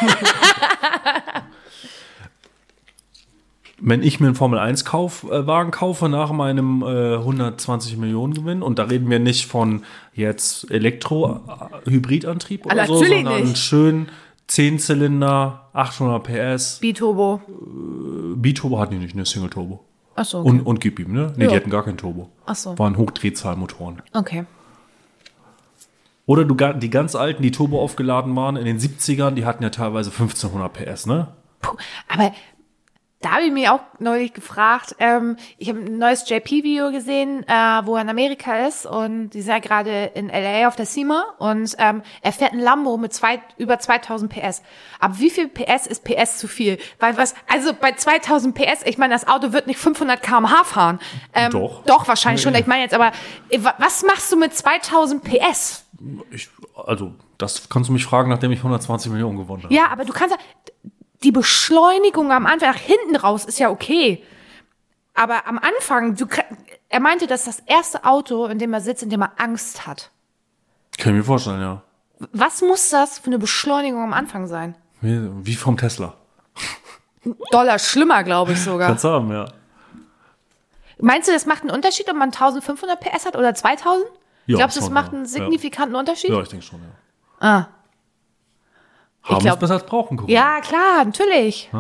Wenn ich mir einen Formel eins Kauf, äh, Wagen kaufe nach meinem äh, hundertzwanzig Millionen Gewinn, und da reden wir nicht von jetzt Elektro-Hybridantrieb oder Ah, so, natürlich sondern nicht. schön zehn Zylinder, achthundert P S. Biturbo. Biturbo hatten die nicht, ne, Single Turbo. Achso, okay. Und, und gib ihm, ne? Ne, Ja. die hatten gar kein Turbo. Ach so. Waren Hochdrehzahlmotoren. Okay. Oder du, ga- die ganz alten, die Turbo aufgeladen waren in den siebzigern, die hatten ja teilweise fünfzehnhundert P S, ne? Puh, aber da habe ich mich auch neulich gefragt, ähm, ich habe ein neues J P-Video gesehen, äh, wo er in Amerika ist und die sind ja gerade in L A auf der SEMA und ähm, er fährt ein Lambo mit zwei, über zweitausend P S. Aber wie viel P S ist P S zu viel? Weil was, also bei zweitausend P S, ich meine, das Auto wird nicht fünfhundert Kilometer pro Stunde fahren. Ähm, Doch. Doch, wahrscheinlich schon. Ich meine jetzt aber, äh, wa- was machst du mit zweitausend P S? Ich, also, das kannst du mich fragen, nachdem ich hundertzwanzig Millionen gewonnen habe. Ja, aber du kannst ja, die Beschleunigung am Anfang, nach hinten raus ist ja okay. Aber am Anfang, du, kr- er meinte, das ist das erste Auto, in dem er sitzt, in dem er Angst hat. Kann ich mir vorstellen, ja. Was muss das für eine Beschleunigung am Anfang sein? Wie, wie vom Tesla. Dollar schlimmer, glaube ich sogar. Kannst haben, ja. Meinst du, das macht einen Unterschied, ob man eintausendfünfhundert P S hat oder zweitausend? Ja, Glaubst du, das schon, macht ja. einen signifikanten Unterschied? Ja, ich denke schon, ja. Ah. Haben glaub- es besser als brauchen gucken. Ja, klar, natürlich.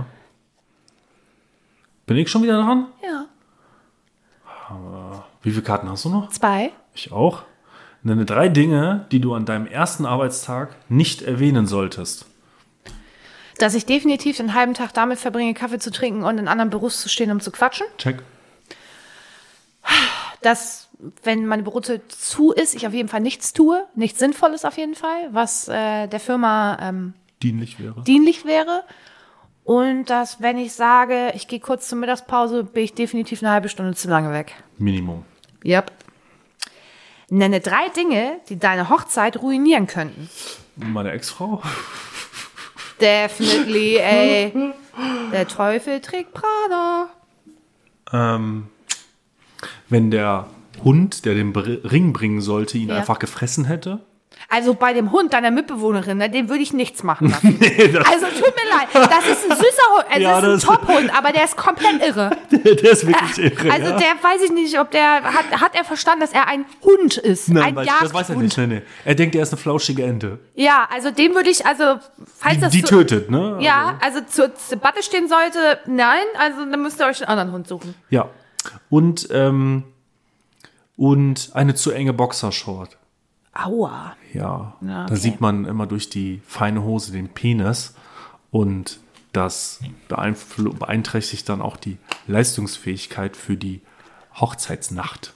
Bin ich schon wieder dran? Ja. Wie viele Karten hast du noch? Zwei. Ich auch. Nenne drei Dinge, die du an deinem ersten Arbeitstag nicht erwähnen solltest. Dass ich definitiv den halben Tag damit verbringe, Kaffee zu trinken und in anderen Büros zu stehen, um zu quatschen. Check. Dass, wenn meine Bürozeit zu ist, ich auf jeden Fall nichts tue, nichts Sinnvolles auf jeden Fall, was äh, der Firma ähm, Dienlich wäre. dienlich wäre. Und dass, wenn ich sage, ich gehe kurz zur Mittagspause, bin ich definitiv eine halbe Stunde zu lange weg. Minimum. Yep. Nenne drei Dinge, die deine Hochzeit ruinieren könnten. Meine Ex-Frau? Definitely, ey. Der Teufel trägt Prada. Ähm, wenn der Hund, der den Br- Ring bringen sollte, ihn Ja. einfach gefressen hätte. Also bei dem Hund deiner Mitbewohnerin, ne, dem würde ich nichts machen lassen. Nee, das, Also tut mir leid, das ist ein süßer Hund, es Ja, ist ein das- Top-Hund, aber der ist komplett irre. der ist wirklich irre. Also ja. der weiß ich nicht, ob der, hat, hat er verstanden, dass er ein Hund ist, Nein, ein weiß, Jagdhund. das weiß er nicht. Nee, nee. Er denkt, er ist eine flauschige Ente. Ja, also den würde ich, also falls Die, das die zu, tötet, ne? ja, also zur Debatte stehen sollte, nein, also dann müsst ihr euch einen anderen Hund suchen. Ja. Und, ähm, und eine zu enge Boxershort. Aua. Ja. Ja, Da okay. sieht man immer durch die feine Hose den Penis. Und das beeinflu- beeinträchtigt dann auch die Leistungsfähigkeit für die Hochzeitsnacht.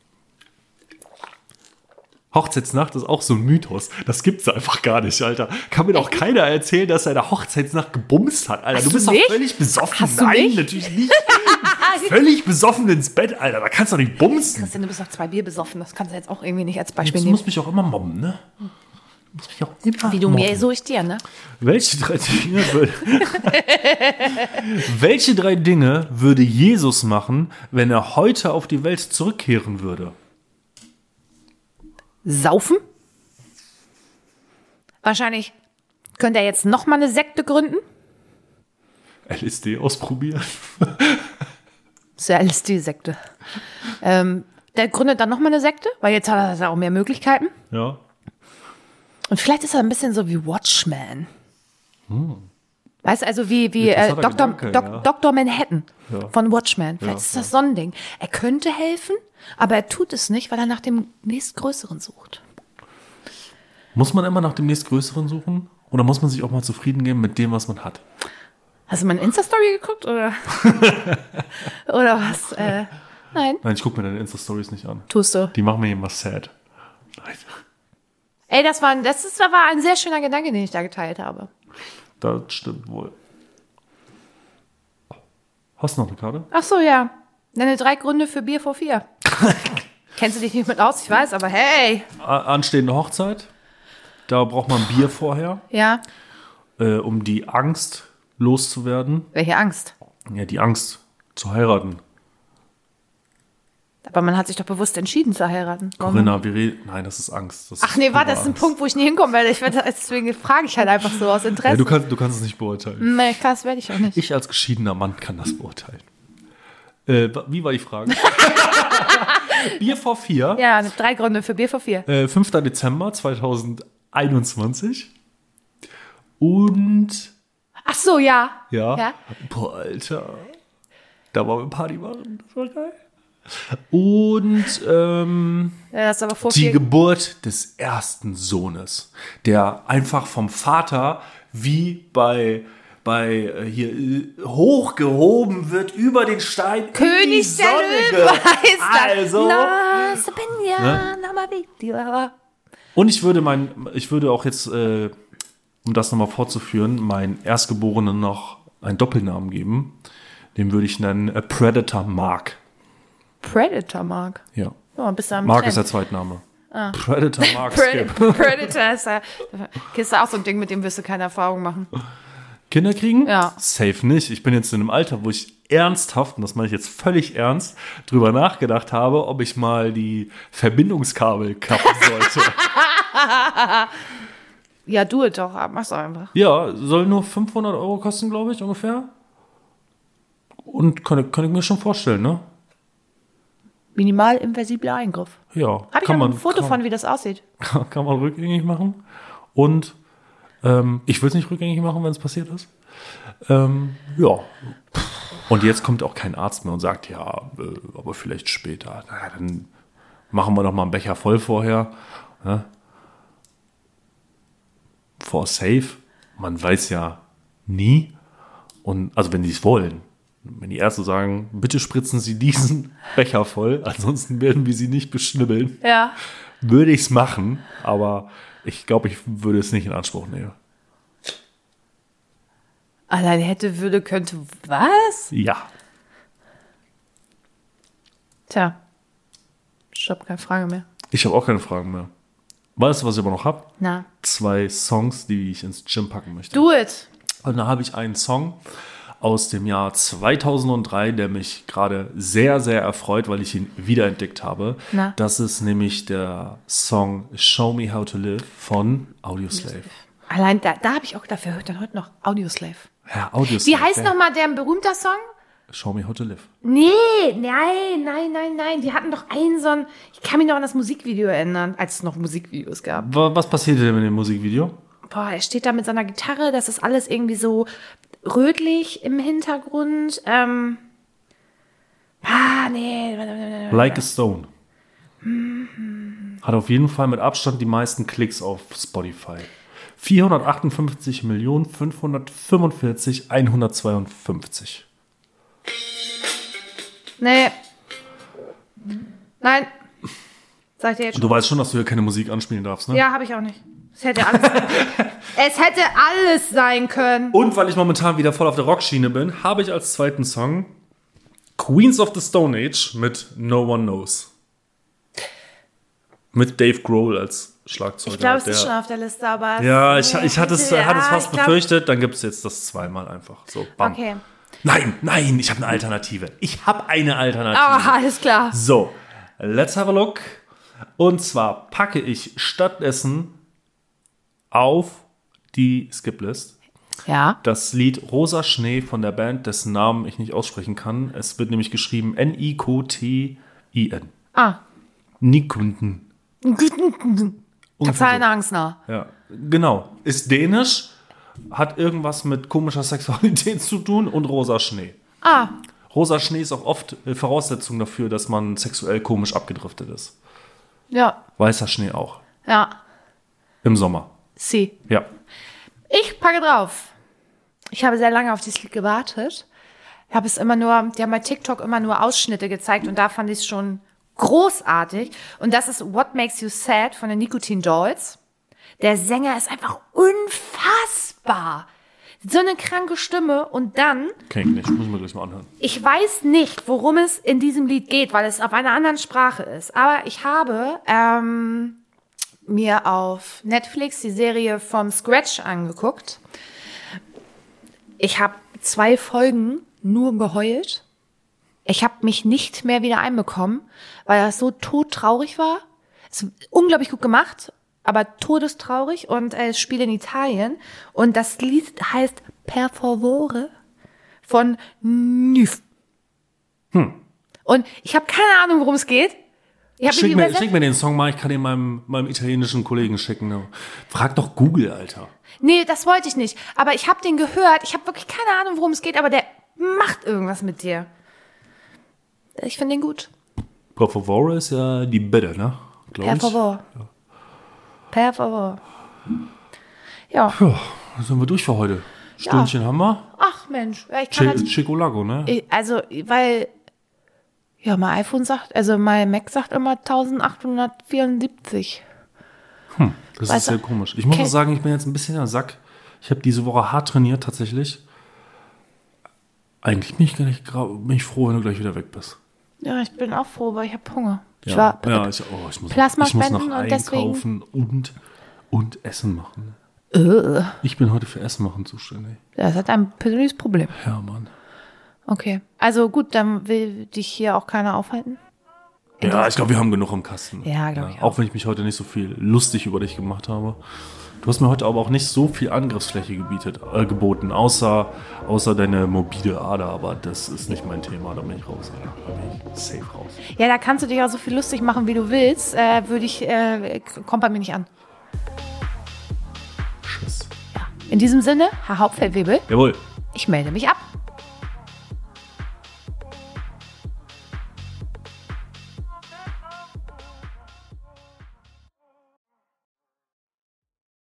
Hochzeitsnacht ist auch so ein Mythos. Das gibt's einfach gar nicht, Alter. Kann mir doch keiner erzählen, dass er in der Hochzeitsnacht gebumst hat, Alter. Hast du bist du doch nicht? völlig besoffen. Hast du Nein, nicht? natürlich nicht. Völlig besoffen ins Bett, Alter. Da kannst du doch nicht bumsen. Christian, du bist nach zwei Bier besoffen, das kannst du jetzt auch irgendwie nicht als Beispiel Du nehmen. musst mich auch immer mobben, ne? Du musst mich auch immer Wie du mobben. mir, so ich dir, ne? Welche drei Dinge würde, Welche drei Dinge würde Jesus machen, wenn er heute auf die Welt zurückkehren würde? Saufen? Wahrscheinlich könnte er jetzt noch mal eine Sekte gründen. L S D ausprobieren. Das ist ja L S D-Sekte. Ähm, der gründet dann noch mal eine Sekte, weil jetzt hat er auch mehr Möglichkeiten. Ja. Und vielleicht ist er ein bisschen so wie Watchman. Weißt du, also wie, wie äh, Interessanter Doktor, Gedanke, Dok, ja. Doktor Manhattan Ja. von Watchman. Vielleicht Ja, ist das so ein Ding. Er könnte helfen, aber er tut es nicht, weil er nach dem nächstgrößeren sucht. Muss man immer nach dem nächstgrößeren suchen? Oder muss man sich auch mal zufrieden geben mit dem, was man hat? Hast du meine Insta-Story geguckt oder? Oder was? Äh, nein, Nein, ich gucke mir deine Insta-Stories nicht an. tust du. Die machen mir immer sad. Nein. Ey, das war, ein- das ist, das war ein sehr schöner Gedanke, den ich da geteilt habe. Das stimmt wohl. Hast du noch eine Karte? Ach so, ja. Nenne drei Gründe für Bier vor vier. Kennst du dich nicht mit aus? Ich weiß, aber hey. A- Anstehende Hochzeit. Da braucht man Bier vorher, Ja, äh, um die Angst loszuwerden. welche Angst. Ja, die Angst zu heiraten. Aber man hat sich doch bewusst entschieden zu heiraten. Warum? Corinna, wir reden. Nein, das ist Angst. Das Ach ist nee, war pure das ein Angst. Punkt, wo ich nie hinkommen werde. Ich werde, deswegen frage ich halt einfach so aus Interesse. Ja, du, kannst, du kannst es nicht beurteilen. Nee, krass, werde ich auch nicht. Ich als geschiedener Mann kann das beurteilen. Äh, wa- wie war die Frage? Bier vor vier. Ja, drei Gründe für Bier vor vier. Äh, fünfter Dezember zweitausendeinundzwanzig. Und Ach so, ja. ja. Ja. Boah, Alter. Da wollen wir Party machen. Das war geil. Und ähm, Ja, das ist aber vor die vier. Geburt des ersten Sohnes, der einfach vom Vater wie bei, bei äh, hier äh, hochgehoben wird über den Stein in die König der Sonne Löwen ge- heißt das. Also, Na, Sabina, na, ma, Video. und ich würde mein, ich würde auch jetzt, äh, um das nochmal fortzuführen, meinen Erstgeborenen noch einen Doppelnamen geben. Den würde ich nennen äh, Predator Mark. Predator, Mark. Ja. Oh, bist du am Mark Trend. ist der Zweitname. Predator Mark Pred Skip. Predator ist ja, ist ja auch so ein Ding, mit dem wirst du keine Erfahrung machen. Kinder kriegen? Ja. Safe nicht. Ich bin jetzt in einem Alter, wo ich ernsthaft, und das meine ich jetzt völlig ernst, drüber nachgedacht habe, ob ich mal die Verbindungskabel kappen sollte. Ja, du es doch, mach's doch einfach. Ja, soll nur fünfhundert Euro kosten, glaube ich, ungefähr. Und kann, ich- kann ich mir schon vorstellen, ne? Minimal invasibler Eingriff. Ja. Habe ich kann auch man, ein Foto kann, von, wie das aussieht. Kann, kann man rückgängig machen. Und ähm, ich will es nicht rückgängig machen, wenn es passiert ist. Ähm, ja. Und jetzt kommt auch kein Arzt mehr und sagt, ja, äh, aber vielleicht später. Naja, dann machen wir noch mal einen Becher voll vorher. Ne? For safe. Man weiß ja nie. Und also wenn die es wollen. Wenn die Ärzte sagen, bitte spritzen Sie diesen Becher voll, ansonsten werden wir Sie nicht beschnibbeln, Ja. würde ich es machen, aber ich glaube, ich würde es nicht in Anspruch nehmen. Allein hätte, würde, könnte, was? Ja. Tja. Ich habe keine Frage mehr. Ich habe auch keine Fragen mehr. Weißt du, was ich aber noch habe? Na. Zwei Songs, die ich ins Gym packen möchte. Do it. Und da habe ich einen Song aus dem Jahr zweitausenddrei, der mich gerade sehr, sehr erfreut, weil ich ihn wiederentdeckt habe. Na? Das ist nämlich der Song Show Me How to Live von Audioslave. Allein da, da habe ich auch dafür gehört, dann heute noch Audioslave. Ja, Audioslave. Wie heißt nochmal der berühmter Song? Show Me How to Live. Nee, nein, nein, nein, nein. Die hatten doch einen so ein, ich kann mich noch an das Musikvideo erinnern, als es noch Musikvideos gab. Was passierte denn mit dem Musikvideo? Boah, er steht da mit seiner Gitarre, das ist alles irgendwie so rötlich im Hintergrund. Ähm, ah, nee. Like a Stone. Hat auf jeden Fall mit Abstand die meisten Klicks auf Spotify. vierhundertachtundfünfzig Millionen fünfhundertfünfundvierzig einhundertzweiundfünfzig. Nee. Nein. Sag ich dir jetzt schon. Du weißt schon, dass du hier keine Musik anspielen darfst, ne? Ja, habe ich auch nicht. Es hätte alles sein können. Es hätte alles sein können. Und weil ich momentan wieder voll auf der Rockschiene bin, habe ich als zweiten Song Queens of the Stone Age mit No One Knows. Mit Dave Grohl als Schlagzeuger. Ich glaube, es der, ist schon auf der Liste, aber... Ja, ich, ich hatte es, ja, hatte es fast ich glaub, befürchtet, dann gibt es jetzt das zweimal einfach. So, bam. Okay. Nein, nein, ich habe eine Alternative. Ich habe eine Alternative. Ah, alles klar. So, let's have a look. Und zwar packe ich stattdessen auf die Skiplist Ja. das Lied Rosa Schnee von der Band, dessen Namen ich nicht aussprechen kann. Es wird nämlich geschrieben N I K T I N. Ah. Nikunden. Total Angstner. Ja, genau. Ist dänisch, hat irgendwas mit komischer Sexualität zu tun und rosa Schnee. Ah. Rosa Schnee ist auch oft äh, Voraussetzung dafür, dass man sexuell komisch abgedriftet ist. Ja. Weißer Schnee auch. Ja. Im Sommer. Sie. Ja. Ich packe drauf. Ich habe sehr lange auf dieses Lied gewartet. Ich habe es immer nur, die haben bei TikTok immer nur Ausschnitte gezeigt und da fand ich es schon großartig. Und das ist What Makes You Sad von den Nicotine Dolls. Der Sänger ist einfach unfassbar. So eine kranke Stimme und dann... Kenn ich nicht, muss ich mir gleich mal anhören. Ich weiß nicht, worum es in diesem Lied geht, weil es auf einer anderen Sprache ist. Aber ich habe ähm, mir auf Netflix die Serie From Scratch angeguckt. Ich habe zwei Folgen nur geheult. Ich habe mich nicht mehr wieder einbekommen, weil das so todtraurig war. Es ist unglaublich gut gemacht, aber todestraurig und äh, es spielt in Italien. Und das Lied heißt Per favore von Nüf. Hm. Und ich habe keine Ahnung, worum es geht. Ich hab Schick mir, mir, übersetzt- schick mir den Song mal, ich kann ihn meinem, meinem italienischen Kollegen schicken. Frag doch Google, Alter. Nee, das wollte ich nicht. Aber ich habe den gehört. Ich habe wirklich keine Ahnung, worum es geht, aber der macht irgendwas mit dir. Ich finde den gut. Per favore ist ja die Bitte, ne? Glaub Per ich. favor. Ja. Per favor. Ja. Ja, dann sind wir durch für heute. Stündchen haben wir. Ach Mensch, ja, ich kann Ch- halt, Chicolago, ne? ich- also, weil, ja, mein iPhone sagt, also mein Mac sagt immer achtzehnhundertvierundsiebzig. Hm, das Weißt ist sehr du, komisch. Ich muss Ke- auch sagen, ich bin jetzt ein bisschen in der Sack. Ich habe diese Woche hart trainiert, tatsächlich. Eigentlich bin ich, gar nicht, gra- bin ich froh, wenn du gleich wieder weg bist. Ja, ich bin auch froh, weil ich habe Hunger. Ich Ja, war ja ich, oh, ich muss, Plasma ich muss spenden noch und deswegen- einkaufen und, und Essen machen. Äh, Ich bin heute für Essen machen zuständig. das hat ein persönliches Problem. Ja, Mann. Okay, also gut, dann will dich hier auch keiner aufhalten. Ja, ich glaube, wir haben genug im Kasten. Ja, glaub ich Auch wenn ich mich heute nicht so viel lustig über dich gemacht habe. Du hast mir heute aber auch nicht so viel Angriffsfläche gebietet, äh, geboten, außer, außer deine mobile Ader. Aber das ist nicht mein Thema, da bin ich raus. Alter. Da bin ich safe raus. Ja, da kannst du dich auch so viel lustig machen, wie du willst. Äh, würde ich, äh, kommt bei mir nicht an. Tschüss. In diesem Sinne, Herr Hauptfeldwebel, Jawohl. ich melde mich ab.